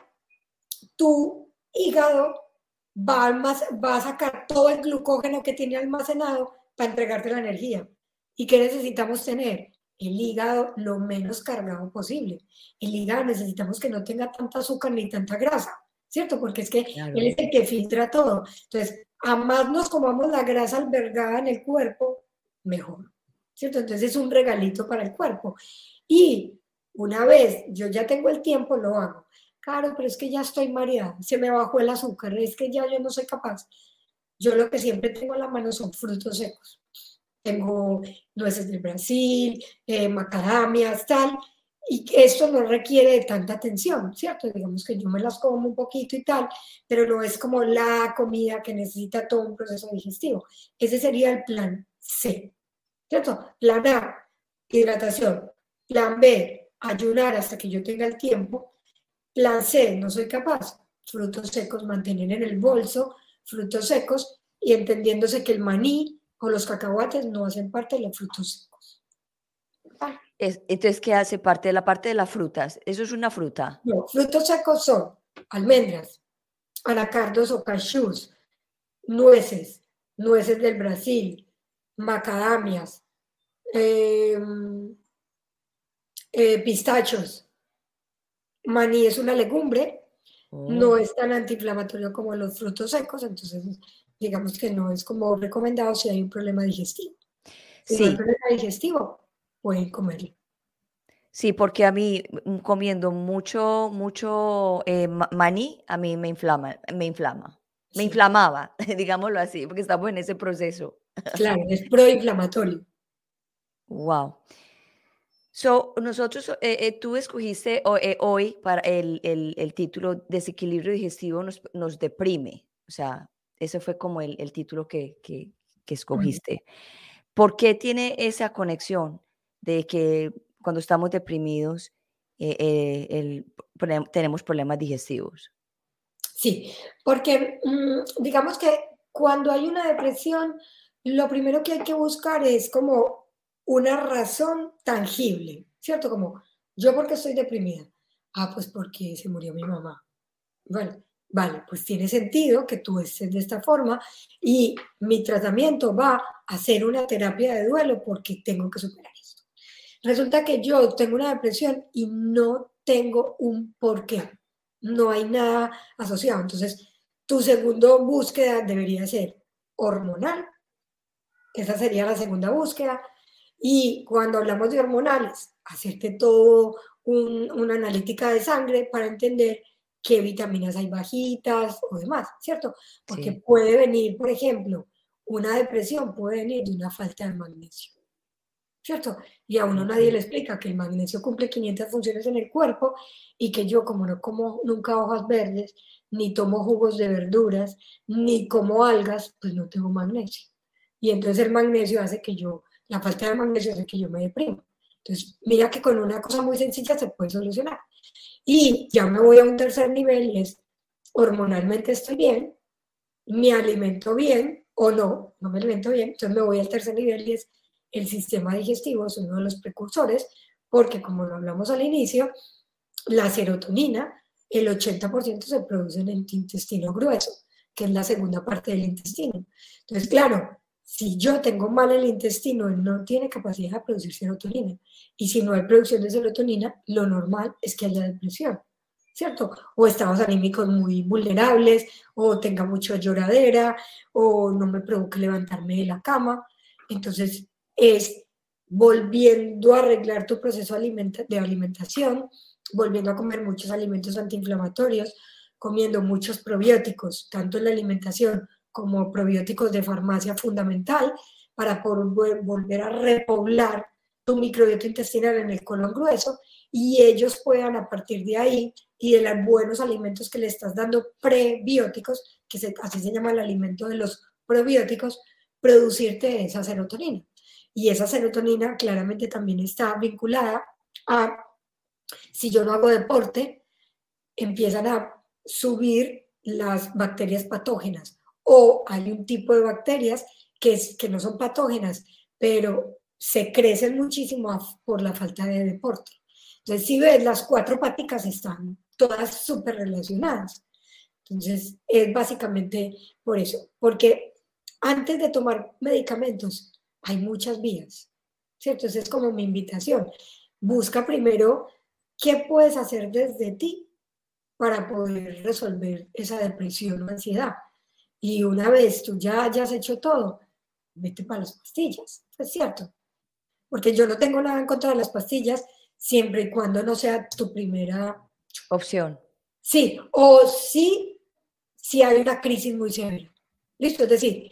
tu hígado va a sacar todo el glucógeno que tiene almacenado para entregarte la energía. ¿Y qué necesitamos tener? El hígado lo menos cargado posible. El hígado necesitamos que no tenga tanta azúcar ni tanta grasa, ¿cierto? Porque es que él es Claro. el que filtra todo. Entonces, a más nos comamos la grasa albergada en el cuerpo, mejor, ¿cierto? Entonces es un regalito para el cuerpo. Y una vez yo ya tengo el tiempo, lo hago. Claro, pero es que ya estoy mareada, se me bajó el azúcar, es que ya yo no soy capaz. Yo lo que siempre tengo en la mano son frutos secos. Tengo nueces del Brasil, macadamias, tal, y esto no requiere de tanta atención, ¿cierto? Digamos que yo me las como un poquito y tal, pero no es como la comida que necesita todo un proceso digestivo. Ese sería el plan C, ¿cierto? Plan A, hidratación. Plan B, ayunar hasta que yo tenga el tiempo. Plan C, no soy capaz. Frutos secos, mantener en el bolso frutos secos y entendiéndose que el maní o los cacahuates no hacen parte de los frutos secos. Ah, Entonces, ¿qué hace parte de las frutas? ¿Eso es una fruta? no, frutos secos son almendras, anacardos o cashews, nueces, nueces del Brasil, macadamias, eh, pistachos. Maní es una legumbre, no Oh, es tan antiinflamatorio como los frutos secos, entonces digamos que no es como recomendado si hay un problema digestivo. Si no hay sí, problema digestivo, pueden comerlo. sí, porque a mí comiendo mucho maní, a mí me Sí, inflamaba, digámoslo así, porque estamos en ese proceso. claro, es proinflamatorio. Wow. So, nosotros, tú escogiste hoy para el título Desequilibrio digestivo nos deprime. O sea, ese fue como el título que Mm. escogiste. ¿Por qué tiene esa conexión de que cuando estamos deprimidos tenemos problemas digestivos? Sí, porque digamos que cuando hay una depresión, lo primero que hay que buscar es como una razón tangible, ¿cierto? Como, ¿yo por qué estoy deprimida? Ah, pues porque se murió mi mamá. Bueno, vale, pues tiene sentido que tú estés de esta forma y mi tratamiento va a ser una terapia de duelo porque tengo que superar esto. Resulta que yo tengo una depresión y no tengo un porqué, no hay nada asociado. Entonces, tu segundo búsqueda debería ser hormonal, esa sería la segunda búsqueda. Y cuando hablamos de hormonales, hacerte todo una analítica de sangre para entender qué vitaminas hay bajitas o demás, ¿cierto? Porque sí, puede venir, por ejemplo, una depresión puede venir de una falta de magnesio, ¿cierto? Y a uno nadie ok, le explica que el magnesio cumple 500 funciones en el cuerpo y que yo, como no como nunca hojas verdes, ni tomo jugos de verduras, ni como algas, pues no tengo magnesio. Y entonces el magnesio hace que yo, la falta de magnesio hace que yo me deprima. Entonces, mira que con una cosa muy sencilla se puede solucionar. Y ya me voy a un tercer nivel y es, hormonalmente estoy bien, me alimento bien o no, no me alimento bien, entonces me voy al tercer nivel y es el sistema digestivo, es uno de los precursores, porque como lo hablamos al inicio, la serotonina, el 80% se produce en el intestino grueso, que es la segunda parte del intestino. Entonces, claro, si yo tengo mal el intestino, no tiene capacidad de producir serotonina. Y si no hay producción de serotonina, lo normal es que haya depresión, ¿cierto? O estados anímicos muy vulnerables, o tenga mucha lloradera, o no me provoque levantarme de la cama. Entonces, es volviendo a arreglar tu proceso de alimentación, volviendo a comer muchos alimentos antiinflamatorios, comiendo muchos probióticos, tanto en la alimentación como probióticos de farmacia fundamental, para poder volver a repoblar tu microbiota intestinal en el colon grueso y ellos puedan a partir de ahí y de los buenos alimentos que le estás dando prebióticos, que así se llama el alimento de los probióticos, producirte esa serotonina. Y esa serotonina claramente también está vinculada a, si yo no hago deporte, empiezan a subir las bacterias patógenas o hay un tipo de bacterias que no son patógenas, pero se crecen muchísimo por la falta de deporte. Entonces, si ves, las cuatro paticas están todas súper relacionadas. Entonces, es básicamente por eso, porque antes de tomar medicamentos hay muchas vías, ¿cierto? Esa es como mi invitación. Busca primero qué puedes hacer desde ti para poder resolver esa depresión o ansiedad. Y una vez tú ya hayas hecho todo, vete para las pastillas, es cierto. Porque yo no tengo nada en contra de las pastillas, siempre y cuando no sea tu primera. opción, Sí, o sí, si hay una crisis muy severa. ¿Listo? Es decir,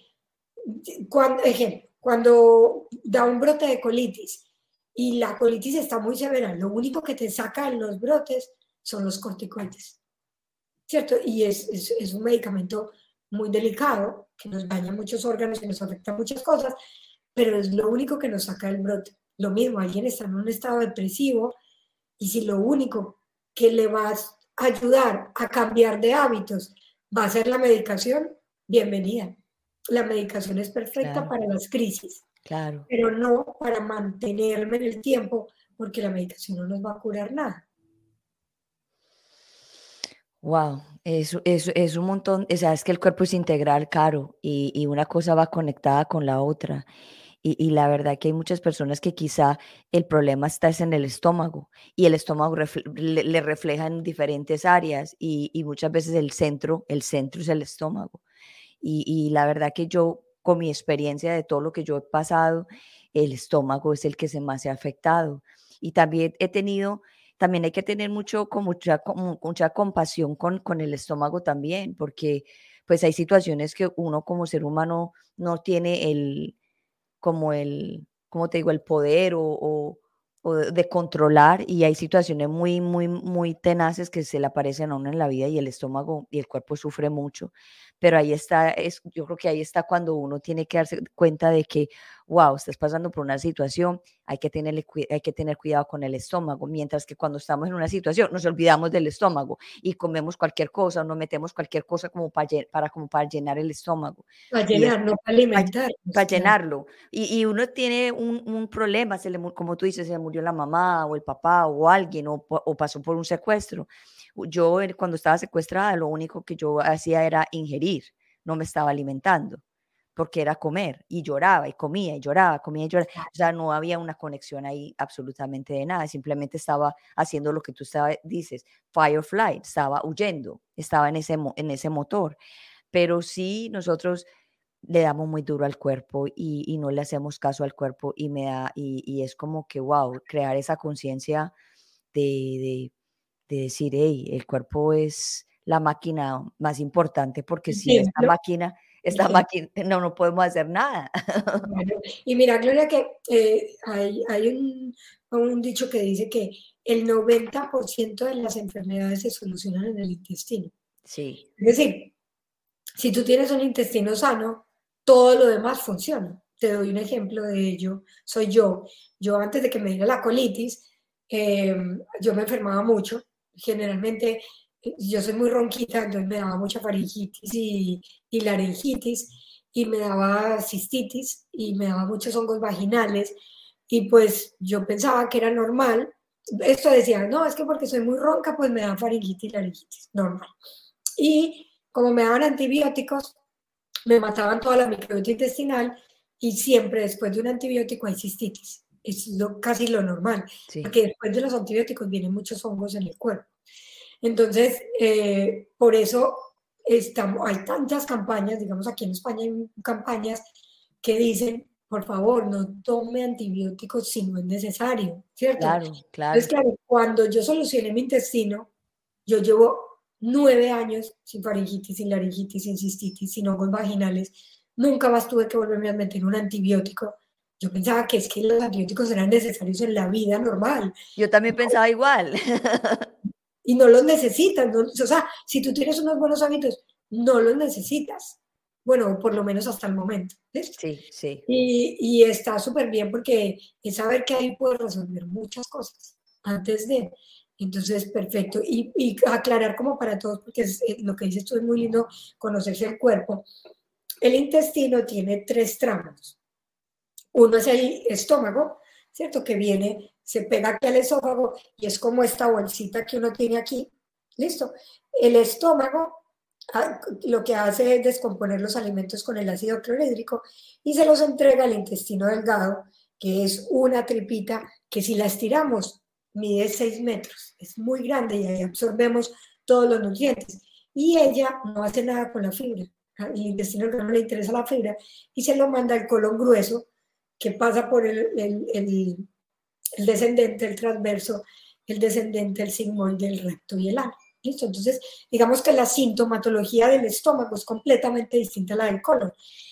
ejemplo, cuando da un brote de colitis y la colitis está muy severa, lo único que te sacan los brotes son los corticoides. ¿Cierto? Y es un medicamento muy delicado, que nos daña muchos órganos y nos afecta muchas cosas, pero es lo único que nos saca el brote. Lo mismo, alguien está en un estado depresivo y si lo único que le va a ayudar a cambiar de hábitos va a ser la medicación, bienvenida. La medicación es perfecta claro, para las crisis, claro. pero no para mantenerme en el tiempo, porque la medicación no nos va a curar nada. Wow, es un montón, o sea, es que el cuerpo es integral, Caro, y una cosa va conectada con la otra. Y la verdad que hay muchas personas que quizá el problema está es en el estómago, y el estómago le refleja en diferentes áreas, y muchas veces el centro es el estómago. Y la verdad que yo, con mi experiencia de todo lo que yo he pasado, el estómago es el que se más se ha afectado. Y también hay que tener mucha compasión con el estómago también, porque pues hay situaciones que uno como ser humano no tiene ¿cómo te digo?, el poder o de controlar, y hay situaciones muy, muy, muy tenaces que se le aparecen a uno en la vida y el estómago y el cuerpo sufre mucho. Pero ahí está, yo creo que ahí está cuando uno tiene que darse cuenta de que, wow, estás pasando por una situación, hay que tener cuidado con el estómago, mientras que cuando estamos en una situación nos olvidamos del estómago y comemos cualquier cosa o nos metemos cualquier cosa como para llenar el estómago. Para Y es llenar, no para alimentarnos, para claro. llenarlo. Y uno tiene un problema, como tú dices, se le murió la mamá, o el papá, o alguien, o pasó por un secuestro. Yo, cuando estaba secuestrada, lo único que yo hacía era ingerir, no me estaba alimentando, porque era comer, y lloraba, y comía, y lloraba, comía y lloraba. O sea, no había una conexión ahí absolutamente de nada, simplemente estaba haciendo lo que tú dices, fight or flight, estaba huyendo, estaba en ese motor. Pero sí, nosotros le damos muy duro al cuerpo y no le hacemos caso al cuerpo y es como que, wow, crear esa conciencia de de decir, hey, el cuerpo es la máquina más importante porque El sin esta templo, el templo. máquina no podemos hacer nada. Claro. Y mira, Gloria, que hay un dicho que dice que el 90% de las enfermedades se solucionan en el intestino. Sí, Es decir, si tú tienes un intestino sano, todo lo demás funciona. Te doy un ejemplo de ello. Soy yo. Yo antes de que me diera la colitis, eh, yo me enfermaba mucho. Generalmente yo soy muy ronquita, entonces me daba mucha faringitis y laringitis y me daba cistitis y me daba muchos hongos vaginales y pues yo pensaba que era normal. Esto decía, no, es que porque soy muy ronca, pues me da faringitis y laringitis, normal. Y como me daban antibióticos, me mataban toda la microbiota intestinal y siempre después de un antibiótico hay cistitis. Es casi lo normal, sí, porque después de los antibióticos vienen muchos hongos en el cuerpo. Entonces, por eso hay tantas campañas, digamos aquí en España hay campañas que dicen, por favor, no tome antibióticos si no es necesario, ¿cierto? claro, claro. Entonces, claro, cuando yo solucioné mi intestino, yo llevo 9 años sin faringitis, sin laringitis, sin cistitis, sin hongos vaginales. Nunca más tuve que volverme a meter un antibiótico. Yo pensaba que es que los antibióticos eran necesarios en la vida normal Yo también pensaba igual. y no los necesitas. ¿No? O sea, si tú tienes unos buenos hábitos, no los necesitas. Bueno, por lo menos hasta el momento. ¿Listo? Sí, sí. Y está súper bien porque es saber que ahí puedes resolver muchas cosas antes de. Entonces, perfecto. Y aclarar como para todos, porque lo que dices tú es muy lindo, conocerse el cuerpo. El intestino tiene 3 tramos. Uno es el estómago, ¿cierto? Que viene, se pega aquí al esófago y es como esta bolsita que uno tiene aquí. ¿Listo? El estómago lo que hace es descomponer los alimentos con el ácido clorhídrico y se los entrega al intestino delgado, que es una tripita que si la estiramos mide 6 metros, es muy grande y ahí absorbemos todos los nutrientes. Y ella no hace nada con la fibra. Al intestino delgado no le interesa la fibra y se lo manda al colon grueso, que pasa por el descendente, el transverso, el descendente, el sigmoide, el recto y el ano. ¿Listo? Entonces, digamos que la sintomatología del estómago es completamente distinta a la del colon.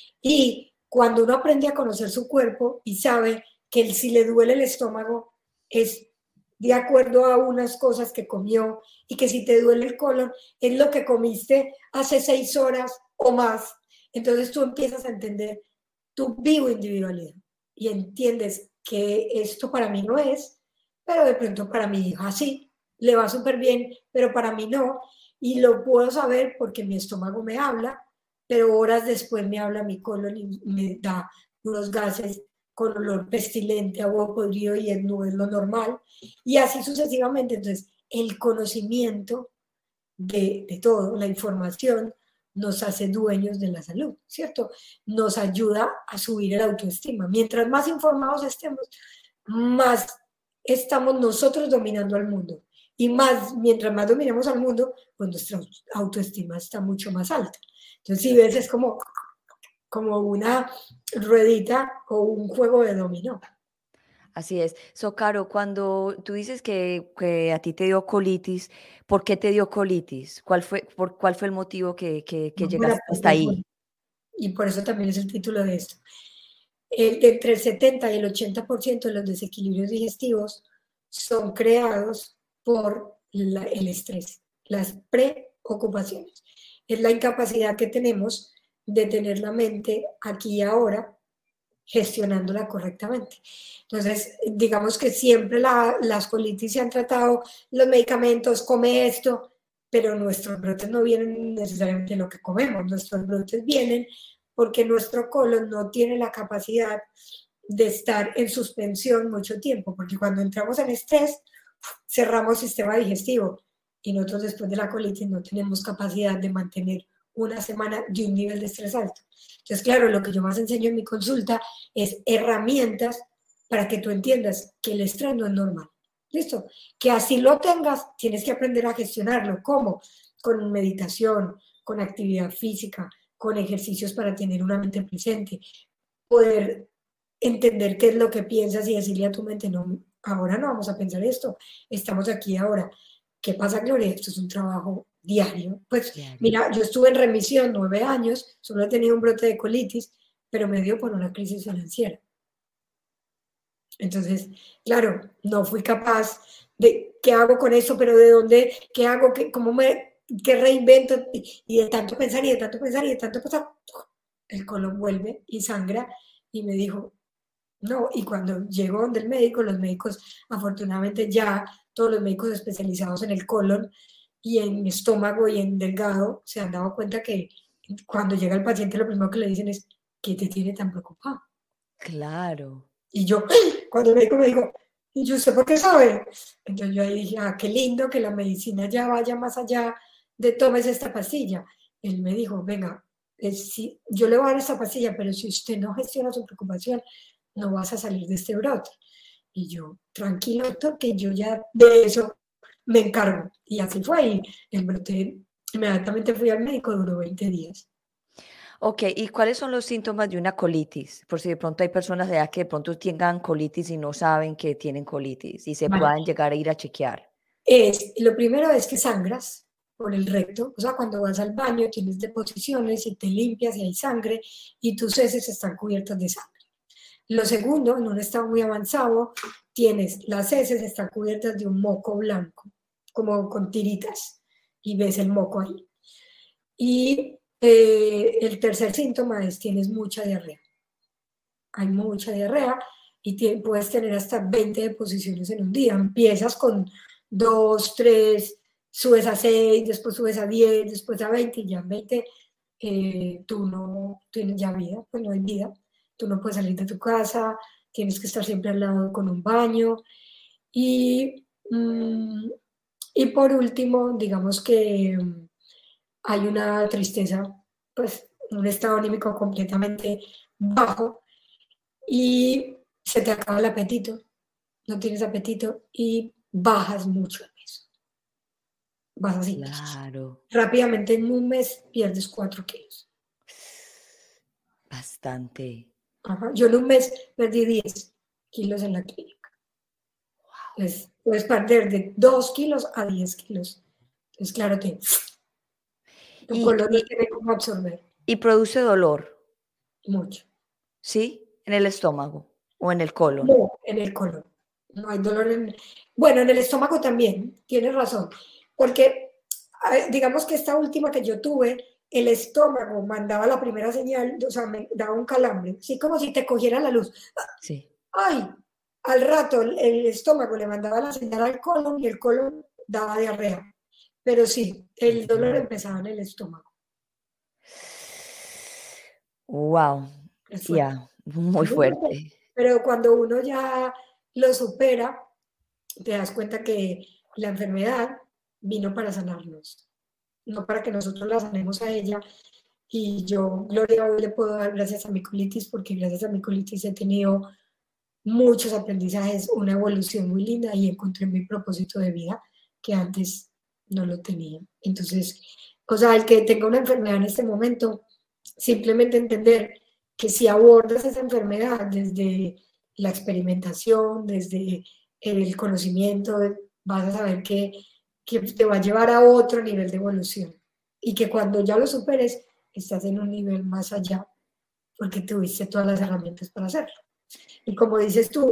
Y cuando uno aprende a conocer su cuerpo y sabe que si le duele el estómago es de acuerdo a unas cosas que comió y que si te duele el colon es lo que comiste hace 6 horas o más, entonces tú empiezas a entender tu bioindividualidad y entiendes que esto para mí no es, pero de pronto para mi hija sí, le va súper bien, pero para mí no, y lo puedo saber porque mi estómago me habla, pero horas después me habla mi colon y me da unos gases con olor pestilente a huevo podrido y no es lo normal, y así sucesivamente. Entonces, el conocimiento de todo, la información, nos hace dueños de la salud, ¿cierto? Nos ayuda a subir el autoestima. Mientras más informados estemos, más estamos nosotros dominando al mundo. Y más, mientras más dominemos al mundo, pues nuestra autoestima está mucho más alta. Entonces, si ves, es como una ruedita o un juego de dominó. Así es. So, Caro, cuando tú dices que a ti te dio colitis, ¿por qué te dio colitis? ¿Cuál fue el motivo que Buena llegaste hasta pregunta. ahí? Y por eso también es el título de esto. Entre el 70 y el 80% de los desequilibrios digestivos son creados por el estrés, las preocupaciones. Es la incapacidad que tenemos de tener la mente aquí y ahora gestionándola correctamente. Entonces, digamos que siempre las colitis se han tratado, los medicamentos, come esto, pero nuestros brotes no vienen necesariamente de lo que comemos, nuestros brotes vienen porque nuestro colon no tiene la capacidad de estar en suspensión mucho tiempo, porque cuando entramos en estrés, cerramos sistema digestivo y nosotros después de la colitis no tenemos capacidad de mantener una semana de un nivel de estrés alto. Entonces, claro, lo que yo más enseño en mi consulta es herramientas para que tú entiendas que el estrés no es normal. ¿Listo? Que así lo tengas, tienes que aprender a gestionarlo. ¿Cómo? Con meditación, con actividad física, con ejercicios para tener una mente presente, poder entender qué es lo que piensas y decirle a tu mente, no, ahora no vamos a pensar esto, estamos aquí ahora. ¿Qué pasa, Gloria? Esto es un trabajo diario. Pues Diario. mira, yo estuve en remisión 9 años, solo he tenido un brote de colitis, pero me dio por una crisis financiera. Entonces, claro, no fui capaz de qué hago con eso, pero de dónde, qué hago, qué reinvento, y de tanto pensar y de tanto pensar y de tanto pensar, el colon vuelve y sangra y me dijo, no, y cuando llegó donde el médico, los médicos, afortunadamente ya todos los médicos especializados en el colon y en estómago y en delgado se han dado cuenta que cuando llega el paciente lo primero que le dicen es, ¿qué te tiene tan preocupado? Claro. Y yo, cuando el médico me dijo, ¿y yo usted por qué sabe? Entonces yo ahí dije, ah, qué lindo que la medicina ya vaya más allá de tomes esta pastilla. Él me dijo, venga, si, yo le voy a dar esta pastilla, pero si usted no gestiona su preocupación, no vas a salir de este brote. Y yo, tranquilo, doctor, que yo ya de eso me encargo. Y así fue. Y el brote, inmediatamente fui al médico, duró 20 días. Ok, ¿y cuáles son los síntomas de una colitis? Por si de pronto hay personas allá que de pronto tengan colitis y no saben que tienen colitis y se Vale. puedan llegar a ir a chequear. Lo primero es que sangras por el recto, o sea, cuando vas al baño tienes deposiciones y te limpias y hay sangre y tus heces están cubiertas de sangre. Lo segundo, en un estado muy avanzado, tienes las heces están cubiertas de un moco blanco, como con tiritas, y ves el moco ahí. Y el tercer síntoma es tienes mucha diarrea. Hay mucha diarrea y puedes tener hasta 20 deposiciones en un día. Empiezas con 2, 3, subes a 6, después subes a 10, después a 20 y ya en 20 tú no tienes ya vida, pues no hay vida. Tú no puedes salir de tu casa, tienes que estar siempre al lado con un baño. Y, mm, y por último, digamos que hay una tristeza, pues un estado anímico completamente bajo y se te acaba el apetito, no tienes apetito y bajas mucho de peso. Vas así. Claro, Rápidamente en un mes pierdes 4 kilos. bastante. Ajá. Yo en un mes perdí 10 kilos en la clínica. Entonces, puedes perder de 2 kilos a 10 kilos. Entonces, claro, tu Y, colon no y, tiene cómo absorber y produce dolor, mucho. ¿sí? En el estómago o en el colon. No, en el colon. No hay dolor en... Bueno, en el estómago también, tienes razón. Porque digamos que esta última que yo tuve, el estómago mandaba la primera señal, o sea, me daba un calambre, así como si te cogiera la luz. Sí. ¡Ay! Al rato el estómago le mandaba la señal al colon y el colon daba diarrea. Pero sí, el dolor empezaba en el estómago. Wow, Es fuerte. ya, muy Es muy fuerte. fuerte. Pero cuando uno ya lo supera, te das cuenta que la enfermedad vino para sanarnos, no para que nosotros la sanemos a ella. Y yo, Gloria, hoy le puedo dar gracias a mi colitis, porque gracias a mi colitis he tenido muchos aprendizajes, una evolución muy linda y encontré mi propósito de vida que antes no lo tenía. Entonces, o sea, el que tenga una enfermedad en este momento, simplemente entender que si abordas esa enfermedad desde la experimentación, desde el conocimiento, vas a saber que te va a llevar a otro nivel de evolución y que cuando ya lo superes, estás en un nivel más allá porque tuviste todas las herramientas para hacerlo. Y como dices tú,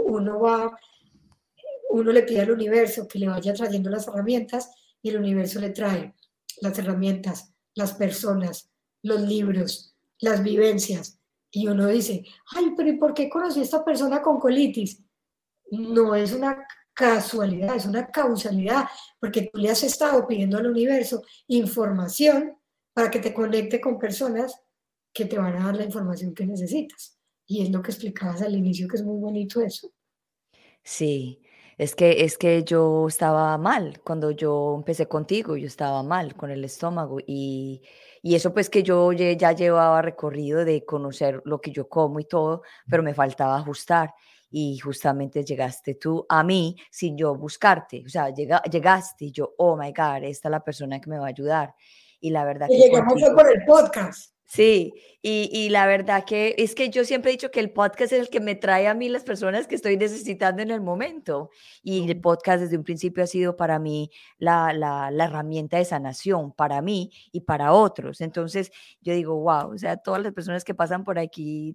uno le pide al universo que le vaya trayendo las herramientas y el universo le trae las herramientas, las personas, los libros, las vivencias. Y uno dice, ay, pero ¿y por qué conocí a esta persona con colitis? No es una casualidad, es una causalidad, porque tú le has estado pidiendo al universo información para que te conecte con personas que te van a dar la información que necesitas. Y es lo que explicabas al inicio, que es muy bonito eso. Sí, es que yo estaba mal cuando yo empecé contigo, yo estaba mal con el estómago y eso pues que yo ya llevaba recorrido de conocer lo que yo como y todo, pero me faltaba ajustar y justamente llegaste tú a mí sin yo buscarte, o sea, llegaste y yo, oh my God, esta es la persona que me va a ayudar. y la verdad Y que llegamos fue contigo. por el podcast. Sí, y la verdad que es que yo siempre he dicho que el podcast es el que me trae a mí las personas que estoy necesitando en el momento. Y el ¿No? podcast desde un principio ha sido para mí la herramienta de sanación, para mí y para otros. Entonces yo digo, wow, o sea, todas las personas que pasan por aquí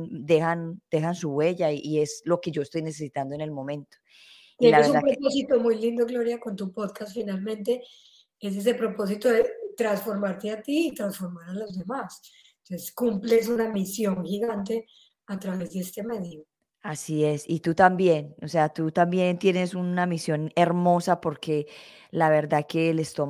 dejan su huella y es lo que yo estoy necesitando en el momento. Y la Tienes un verdad que propósito muy lindo, Gloria, con tu podcast finalmente. Es ese propósito de transformarte a ti y transformar a los demás. Entonces, cumples una misión gigante a través de este medio. así es, y tú también, o sea, tú también tienes una misión hermosa porque la verdad que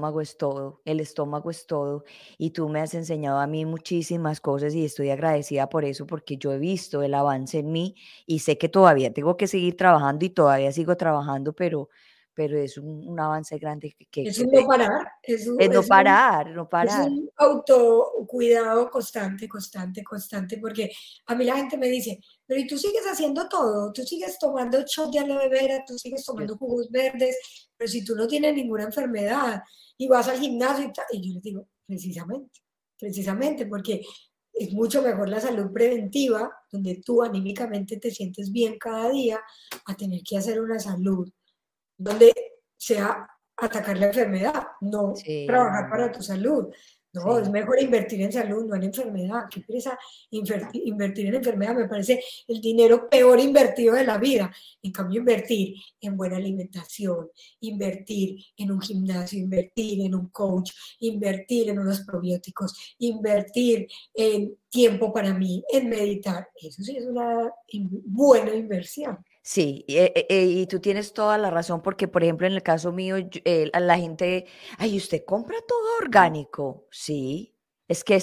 el estómago es todo, y tú me has enseñado a mí muchísimas cosas y estoy agradecida por eso porque yo he visto el avance en mí y sé que todavía tengo que seguir trabajando y todavía sigo trabajando, pero es un avance grande Es un no parar, es no parar, no es parar. un autocuidado constante, constante, constante, porque a mí la gente me dice, pero ¿y tú sigues haciendo todo? Tú sigues tomando shot de aloe vera, tú sigues Yo tomando jugos verdes, pero si tú no tienes ninguna enfermedad y vas al gimnasio y tal, y yo les digo, precisamente, precisamente, porque es mucho mejor la salud preventiva, donde tú anímicamente te sientes bien cada día, a tener que hacer una salud donde sea atacar la enfermedad, no sí, trabajar para tu salud. No, es sí. mejor invertir en salud, no en enfermedad. Qué pereza invertir en enfermedad, me parece el dinero peor invertido de la vida. En cambio, invertir en buena alimentación, invertir en un gimnasio, invertir en un coach, invertir en unos probióticos, invertir en tiempo para mí, en meditar. Eso sí es una buena inversión. Sí, y tú tienes toda la razón, porque, por ejemplo, en el caso mío, a la gente, ay, ¿usted compra todo orgánico? Sí, es que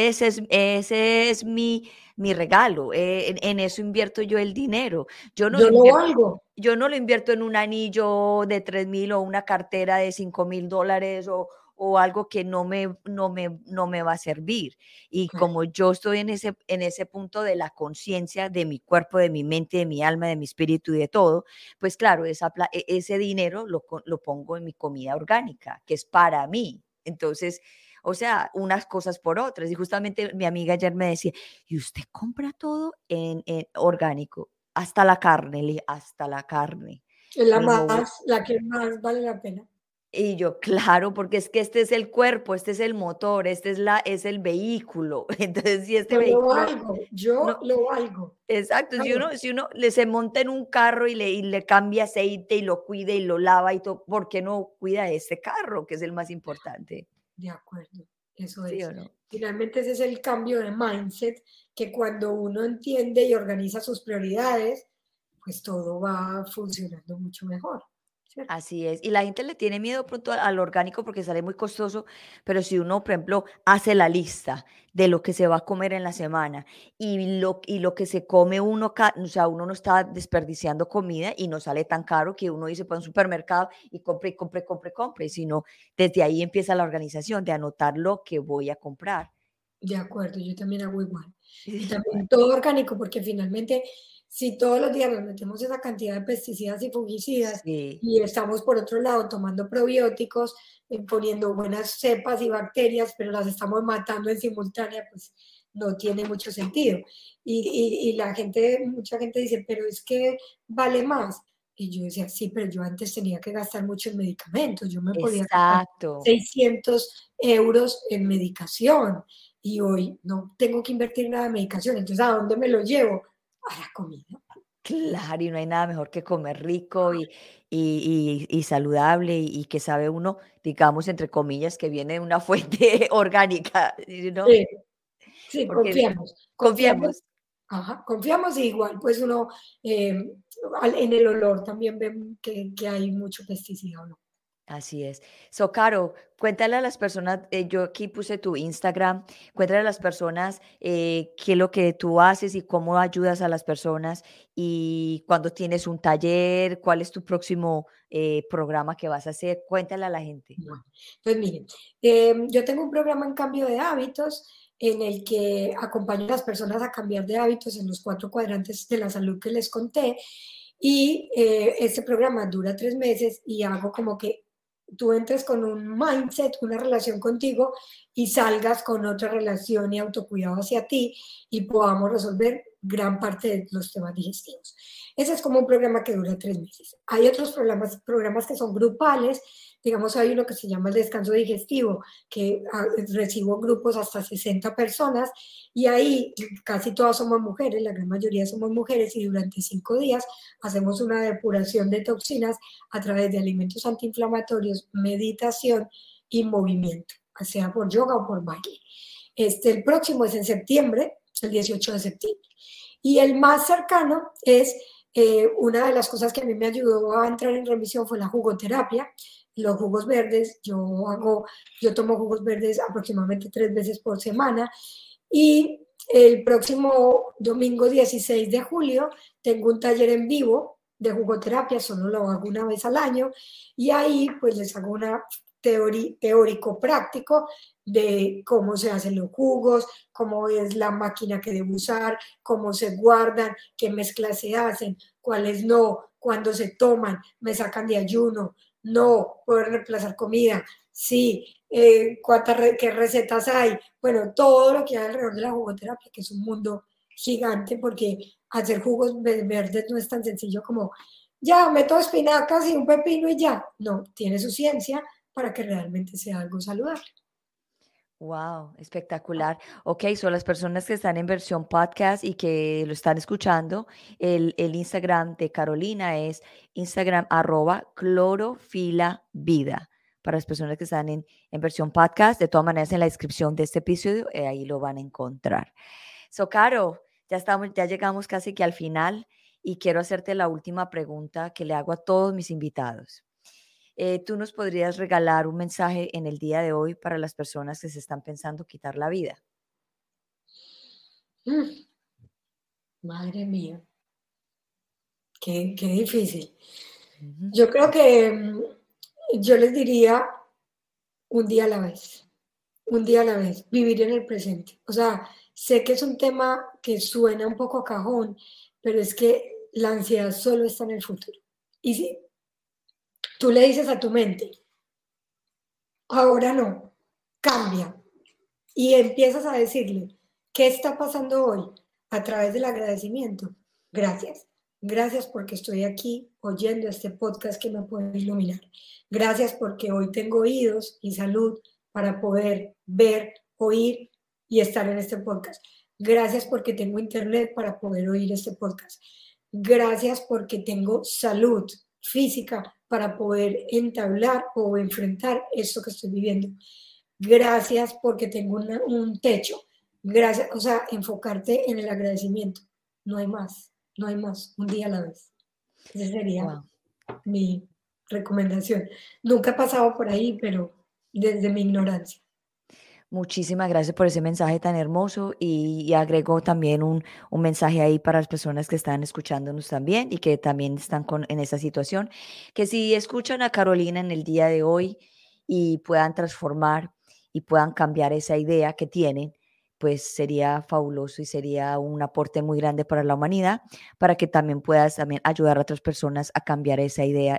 ese es mi regalo, en eso invierto yo el dinero. Yo no lo Yo lo invierto, valgo. yo no lo invierto en un anillo de 3.000 o una cartera de $5.000 o algo que no me va a servir. Y como yo estoy en ese punto de la conciencia de mi cuerpo, de mi mente, de mi alma, de mi espíritu y de todo, pues claro, ese dinero lo pongo en mi comida orgánica, que es para mí. Entonces, o sea, unas cosas por otras. Y justamente mi amiga ayer me decía, ¿y usted compra todo en orgánico? Hasta la carne, hasta la carne. Es Me dijo, la que más vale la pena. y yo, claro, porque es que este es el cuerpo, este es el motor, es el vehículo. Entonces, si este vehículo Yo no, lo valgo. exacto, si Claro, uno, si uno se monta en un carro y le cambia aceite y lo cuida y lo lava y todo, ¿por qué no cuida este carro, que es el más importante? de acuerdo, eso ¿Sí es. o no? Finalmente ese es el cambio de mindset que cuando uno entiende y organiza sus prioridades, pues todo va funcionando mucho mejor, ¿cierto? Así es. Y la gente le tiene miedo pronto al orgánico porque sale muy costoso, pero si uno, por ejemplo, hace la lista de lo que se va a comer en la semana y lo que se come uno, o sea, uno no está desperdiciando comida y no sale tan caro que uno dice para un supermercado y compre, y compre, compre, compre, sino desde ahí empieza la organización de anotar lo que voy a comprar. De acuerdo, yo también hago igual. Y Igual. también todo orgánico, porque finalmente, si todos los días nos metemos esa cantidad de pesticidas y fungicidas Sí, y estamos por otro lado tomando probióticos, poniendo buenas cepas y bacterias, pero las estamos matando en simultánea, pues no tiene mucho sentido. Y la gente, mucha gente dice, pero es que vale más. Y yo decía, sí, pero yo antes tenía que gastar mucho en medicamentos, yo me podía gastar exacto. 600 € en medicación y hoy no tengo que invertir nada en medicación, entonces ¿a dónde me lo llevo? A la comida. Claro, y no hay nada mejor que comer rico y saludable y que sabe uno, digamos, entre comillas, que viene de una fuente orgánica, ¿sí, no? Sí, sí, Porque confiamos, confiemos. ajá, confiamos y igual pues uno en el olor también ve que hay mucho pesticida o no. Así es. So, Caro, cuéntale a las personas, yo aquí puse tu Instagram, cuéntale a las personas qué es lo que tú haces y cómo ayudas a las personas y cuando tienes un taller, cuál es tu próximo programa que vas a hacer, cuéntale a la gente. Bueno, pues miren, yo tengo un programa en cambio de hábitos en el que acompaño a las personas a cambiar de hábitos en los 4 cuadrantes de la salud que les conté. Y este programa dura 3 meses y hago como que tú entres con un mindset, una relación contigo y salgas con otra relación y autocuidado hacia ti y podamos resolver gran parte de los temas digestivos. Ese es como un programa que dura 3 meses. Hay otros programas que son grupales, digamos, hay uno que se llama el descanso digestivo, que recibo grupos hasta 60 personas y ahí casi todas somos mujeres, la gran mayoría somos mujeres y durante 5 días hacemos una depuración de toxinas a través de alimentos antiinflamatorios, meditación y movimiento, sea por yoga o por baile. El próximo es en septiembre, el 18 de septiembre. Y el más cercano es, una de las cosas que a mí me ayudó a entrar en remisión fue la jugoterapia. Los jugos verdes, yo tomo jugos verdes aproximadamente 3 veces por semana. Y el próximo domingo 16 de julio tengo un taller en vivo de jugoterapia, solo lo hago una vez al año, y ahí pues les hago una teórico práctico de cómo se hacen los jugos, cómo es la máquina que debo usar, cómo se guardan, qué mezclas se hacen, cuáles no, cuándo se toman, me sacan de ayuno, no, poder reemplazar comida, sí, qué recetas hay, bueno, todo lo que hay alrededor de la jugoterapia, que es un mundo gigante, porque hacer jugos verdes no es tan sencillo como, ya, meto espinacas y un pepino y ya, no, tiene su ciencia para que realmente sea algo saludable. Wow, espectacular. Ok, son las personas que están en versión podcast y que lo están escuchando. El Instagram de Carolina es Instagram @clorofilavida. Para las personas que están en versión podcast, de todas maneras en la descripción de este episodio, ahí lo van a encontrar. So, Caro, ya llegamos casi que al final y quiero hacerte la última pregunta que le hago a todos mis invitados. ¿Tú nos podrías regalar un mensaje en el día de hoy para las personas que se están pensando quitar la vida? Madre mía, qué difícil. Ujú. Yo creo que yo les diría un día a la vez, un día a la vez, vivir en el presente. O sea, sé que es un tema que suena un poco a cajón, pero es que la ansiedad solo está en el futuro. Y si tú le dices a tu mente, ahora no, cambia, y empiezas a decirle, ¿qué está pasando hoy? A través del agradecimiento. Gracias. Gracias porque estoy aquí oyendo este podcast que me puede iluminar. Gracias porque hoy tengo oídos y salud para poder ver, oír y estar en este podcast. Gracias porque tengo internet para poder oír este podcast. Gracias porque tengo salud física para poder entablar o enfrentar esto que estoy viviendo. Gracias porque tengo un techo. Gracias, o sea, enfocarte en el agradecimiento. No hay más, no hay más, un día a la vez. Esa sería Wow. mi recomendación. Nunca he pasado por ahí, pero desde mi ignorancia. Muchísimas gracias por ese mensaje tan hermoso y agrego también un mensaje ahí para las personas que están escuchándonos también y que también están en esa situación, que si escuchan a Carolina en el día de hoy y puedan transformar y puedan cambiar esa idea que tienen, pues sería fabuloso y sería un aporte muy grande para la humanidad, para que también puedas también ayudar a otras personas a cambiar esa idea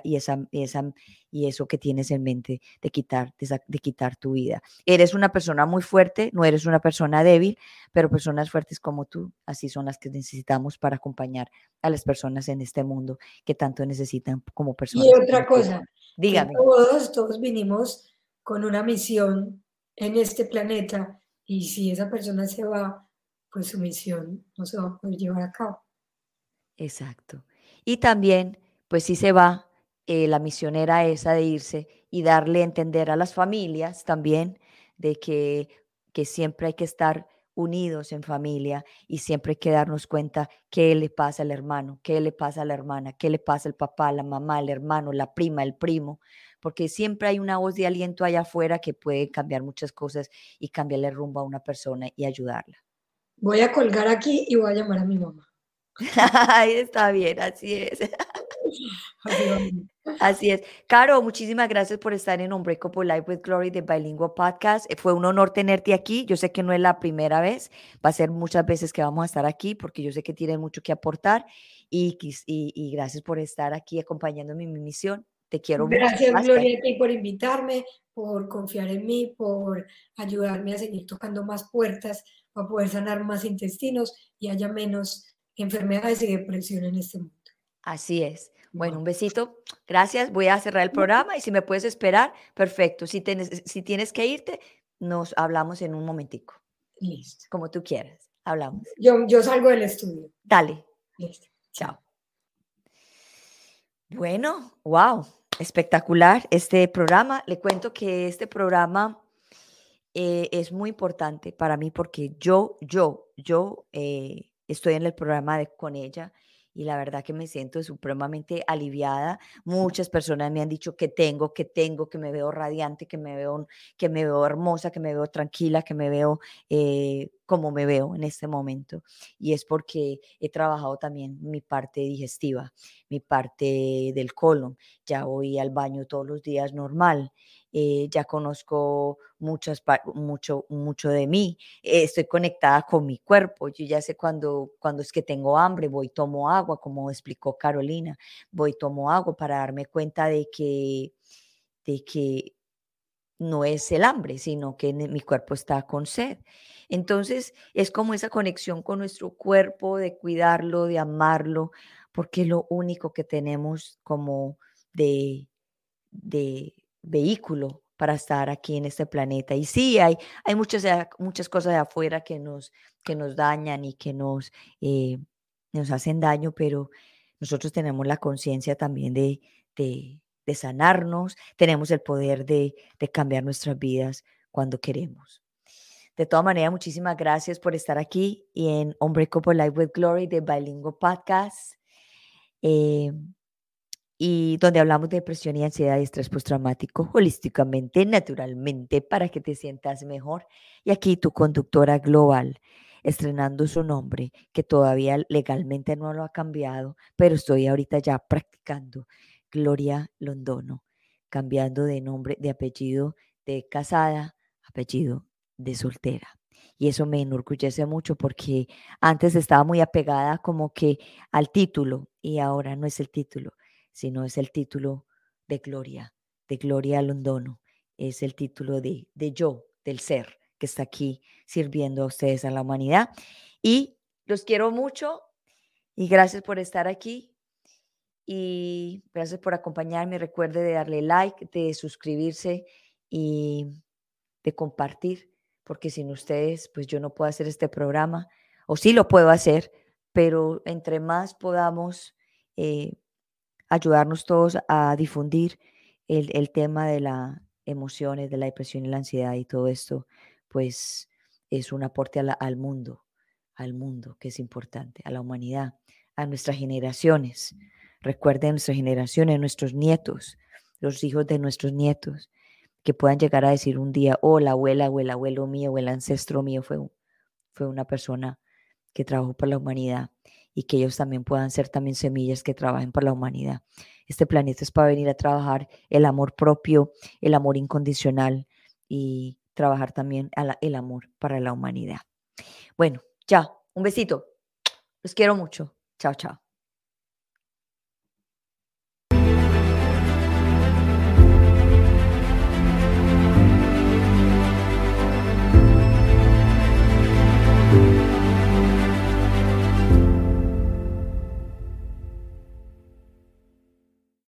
y eso que tienes en mente de quitar tu vida. Eres una persona muy fuerte, no eres una persona débil, pero personas fuertes como tú, así son las que necesitamos para acompañar a las personas en este mundo que tanto necesitan como Y personas como otra tú. cosa, que Dígame. todos vinimos con una misión en este planeta y si esa persona se va, pues su misión no se va a poder llevar a cabo. Exacto. Y también, pues si se va, la misión era esa de irse y darle a entender a las familias también de que siempre hay que estar unidos en familia y siempre hay que darnos cuenta qué le pasa al hermano, qué le pasa a la hermana, qué le pasa al papá, la mamá, el hermano, la prima, el primo, porque siempre hay una voz de aliento allá afuera que puede cambiar muchas cosas y cambiarle el rumbo a una persona y ayudarla. Voy a colgar aquí y voy a llamar a mi mamá. Ahí está bien, así es. Así va. Así es. Caro, muchísimas gracias por estar en Unbreakable Life with Glory de Bilingual Podcast. Fue un honor tenerte aquí. Yo sé que no es la primera vez, va a ser muchas veces que vamos a estar aquí porque yo sé que tienes mucho que aportar y gracias por estar aquí acompañándome en mi misión Te quiero mucho. Gracias, Gracias. Gloria, a ti por invitarme, por confiar en mí, por ayudarme a seguir tocando más puertas, para poder sanar más intestinos y haya menos enfermedades y depresión en este mundo. Así es. Bueno, Wow. un besito. Gracias. Voy a cerrar el programa y si me puedes esperar, perfecto. Si tienes que irte, nos hablamos en un momentico, Listo. como tú quieras. Hablamos. Yo salgo del estudio. Dale. Listo. Chao. Chao. Bueno, wow, espectacular este programa. Le cuento que este programa es muy importante para mí porque yo estoy en el programa con ella y la verdad que me siento supremamente aliviada. Muchas personas me han dicho que me veo radiante, que me veo hermosa, que me veo tranquila, que me veo como me veo en este momento. Y es porque he trabajado también mi parte digestiva, mi parte del colon. Ya voy al baño todos los días normal. Ya conozco mucho de mí, estoy conectada con mi cuerpo, yo ya sé cuando es que tengo hambre, voy, tomo agua, como explicó Carolina, voy, tomo agua para darme cuenta de que no es el hambre, sino que mi cuerpo está con sed. Entonces, es como esa conexión con nuestro cuerpo, de cuidarlo, de amarlo, porque es lo único que tenemos como de vehículo para estar aquí en este planeta. Y sí, hay muchas cosas de afuera que nos dañan y que nos hacen daño, pero nosotros tenemos la conciencia también de sanarnos, tenemos el poder de cambiar nuestras vidas cuando queremos. De todas maneras, muchísimas gracias por estar aquí y en Unbreakable Life with Glory de Bilingual Podcast. Eh, y donde hablamos de depresión y ansiedad y estrés postraumático holísticamente, naturalmente, para que te sientas mejor. Y aquí tu conductora global, estrenando su nombre, que todavía legalmente no lo ha cambiado, pero estoy ahorita ya practicando, Gloria Londono, cambiando de nombre, de apellido de casada, apellido de soltera. Y eso me enorgullece mucho porque antes estaba muy apegada como que al título y ahora no es el título, sino es el título de Gloria Londono, es el título de yo, del ser que está aquí sirviendo a ustedes, a la humanidad. Y los quiero mucho y gracias por estar aquí y gracias por acompañarme. Recuerde de darle like, de suscribirse y de compartir, porque sin ustedes, pues yo no puedo hacer este programa, o sí lo puedo hacer, pero entre más podamos ayudarnos todos a difundir el tema de las emociones, de la depresión y la ansiedad y todo esto, pues es un aporte al mundo que es importante, a la humanidad, a nuestras generaciones. Recuerden nuestras generaciones, nuestros nietos, los hijos de nuestros nietos, que puedan llegar a decir un día, oh, la abuela o el abuelo mío o el ancestro mío fue una persona que trabajó por la humanidad y que ellos también puedan ser también semillas que trabajen por la humanidad. Este planeta es para venir a trabajar el amor propio, el amor incondicional y trabajar también el amor para la humanidad. Bueno, ya, un besito. Los quiero mucho. Chao, chao.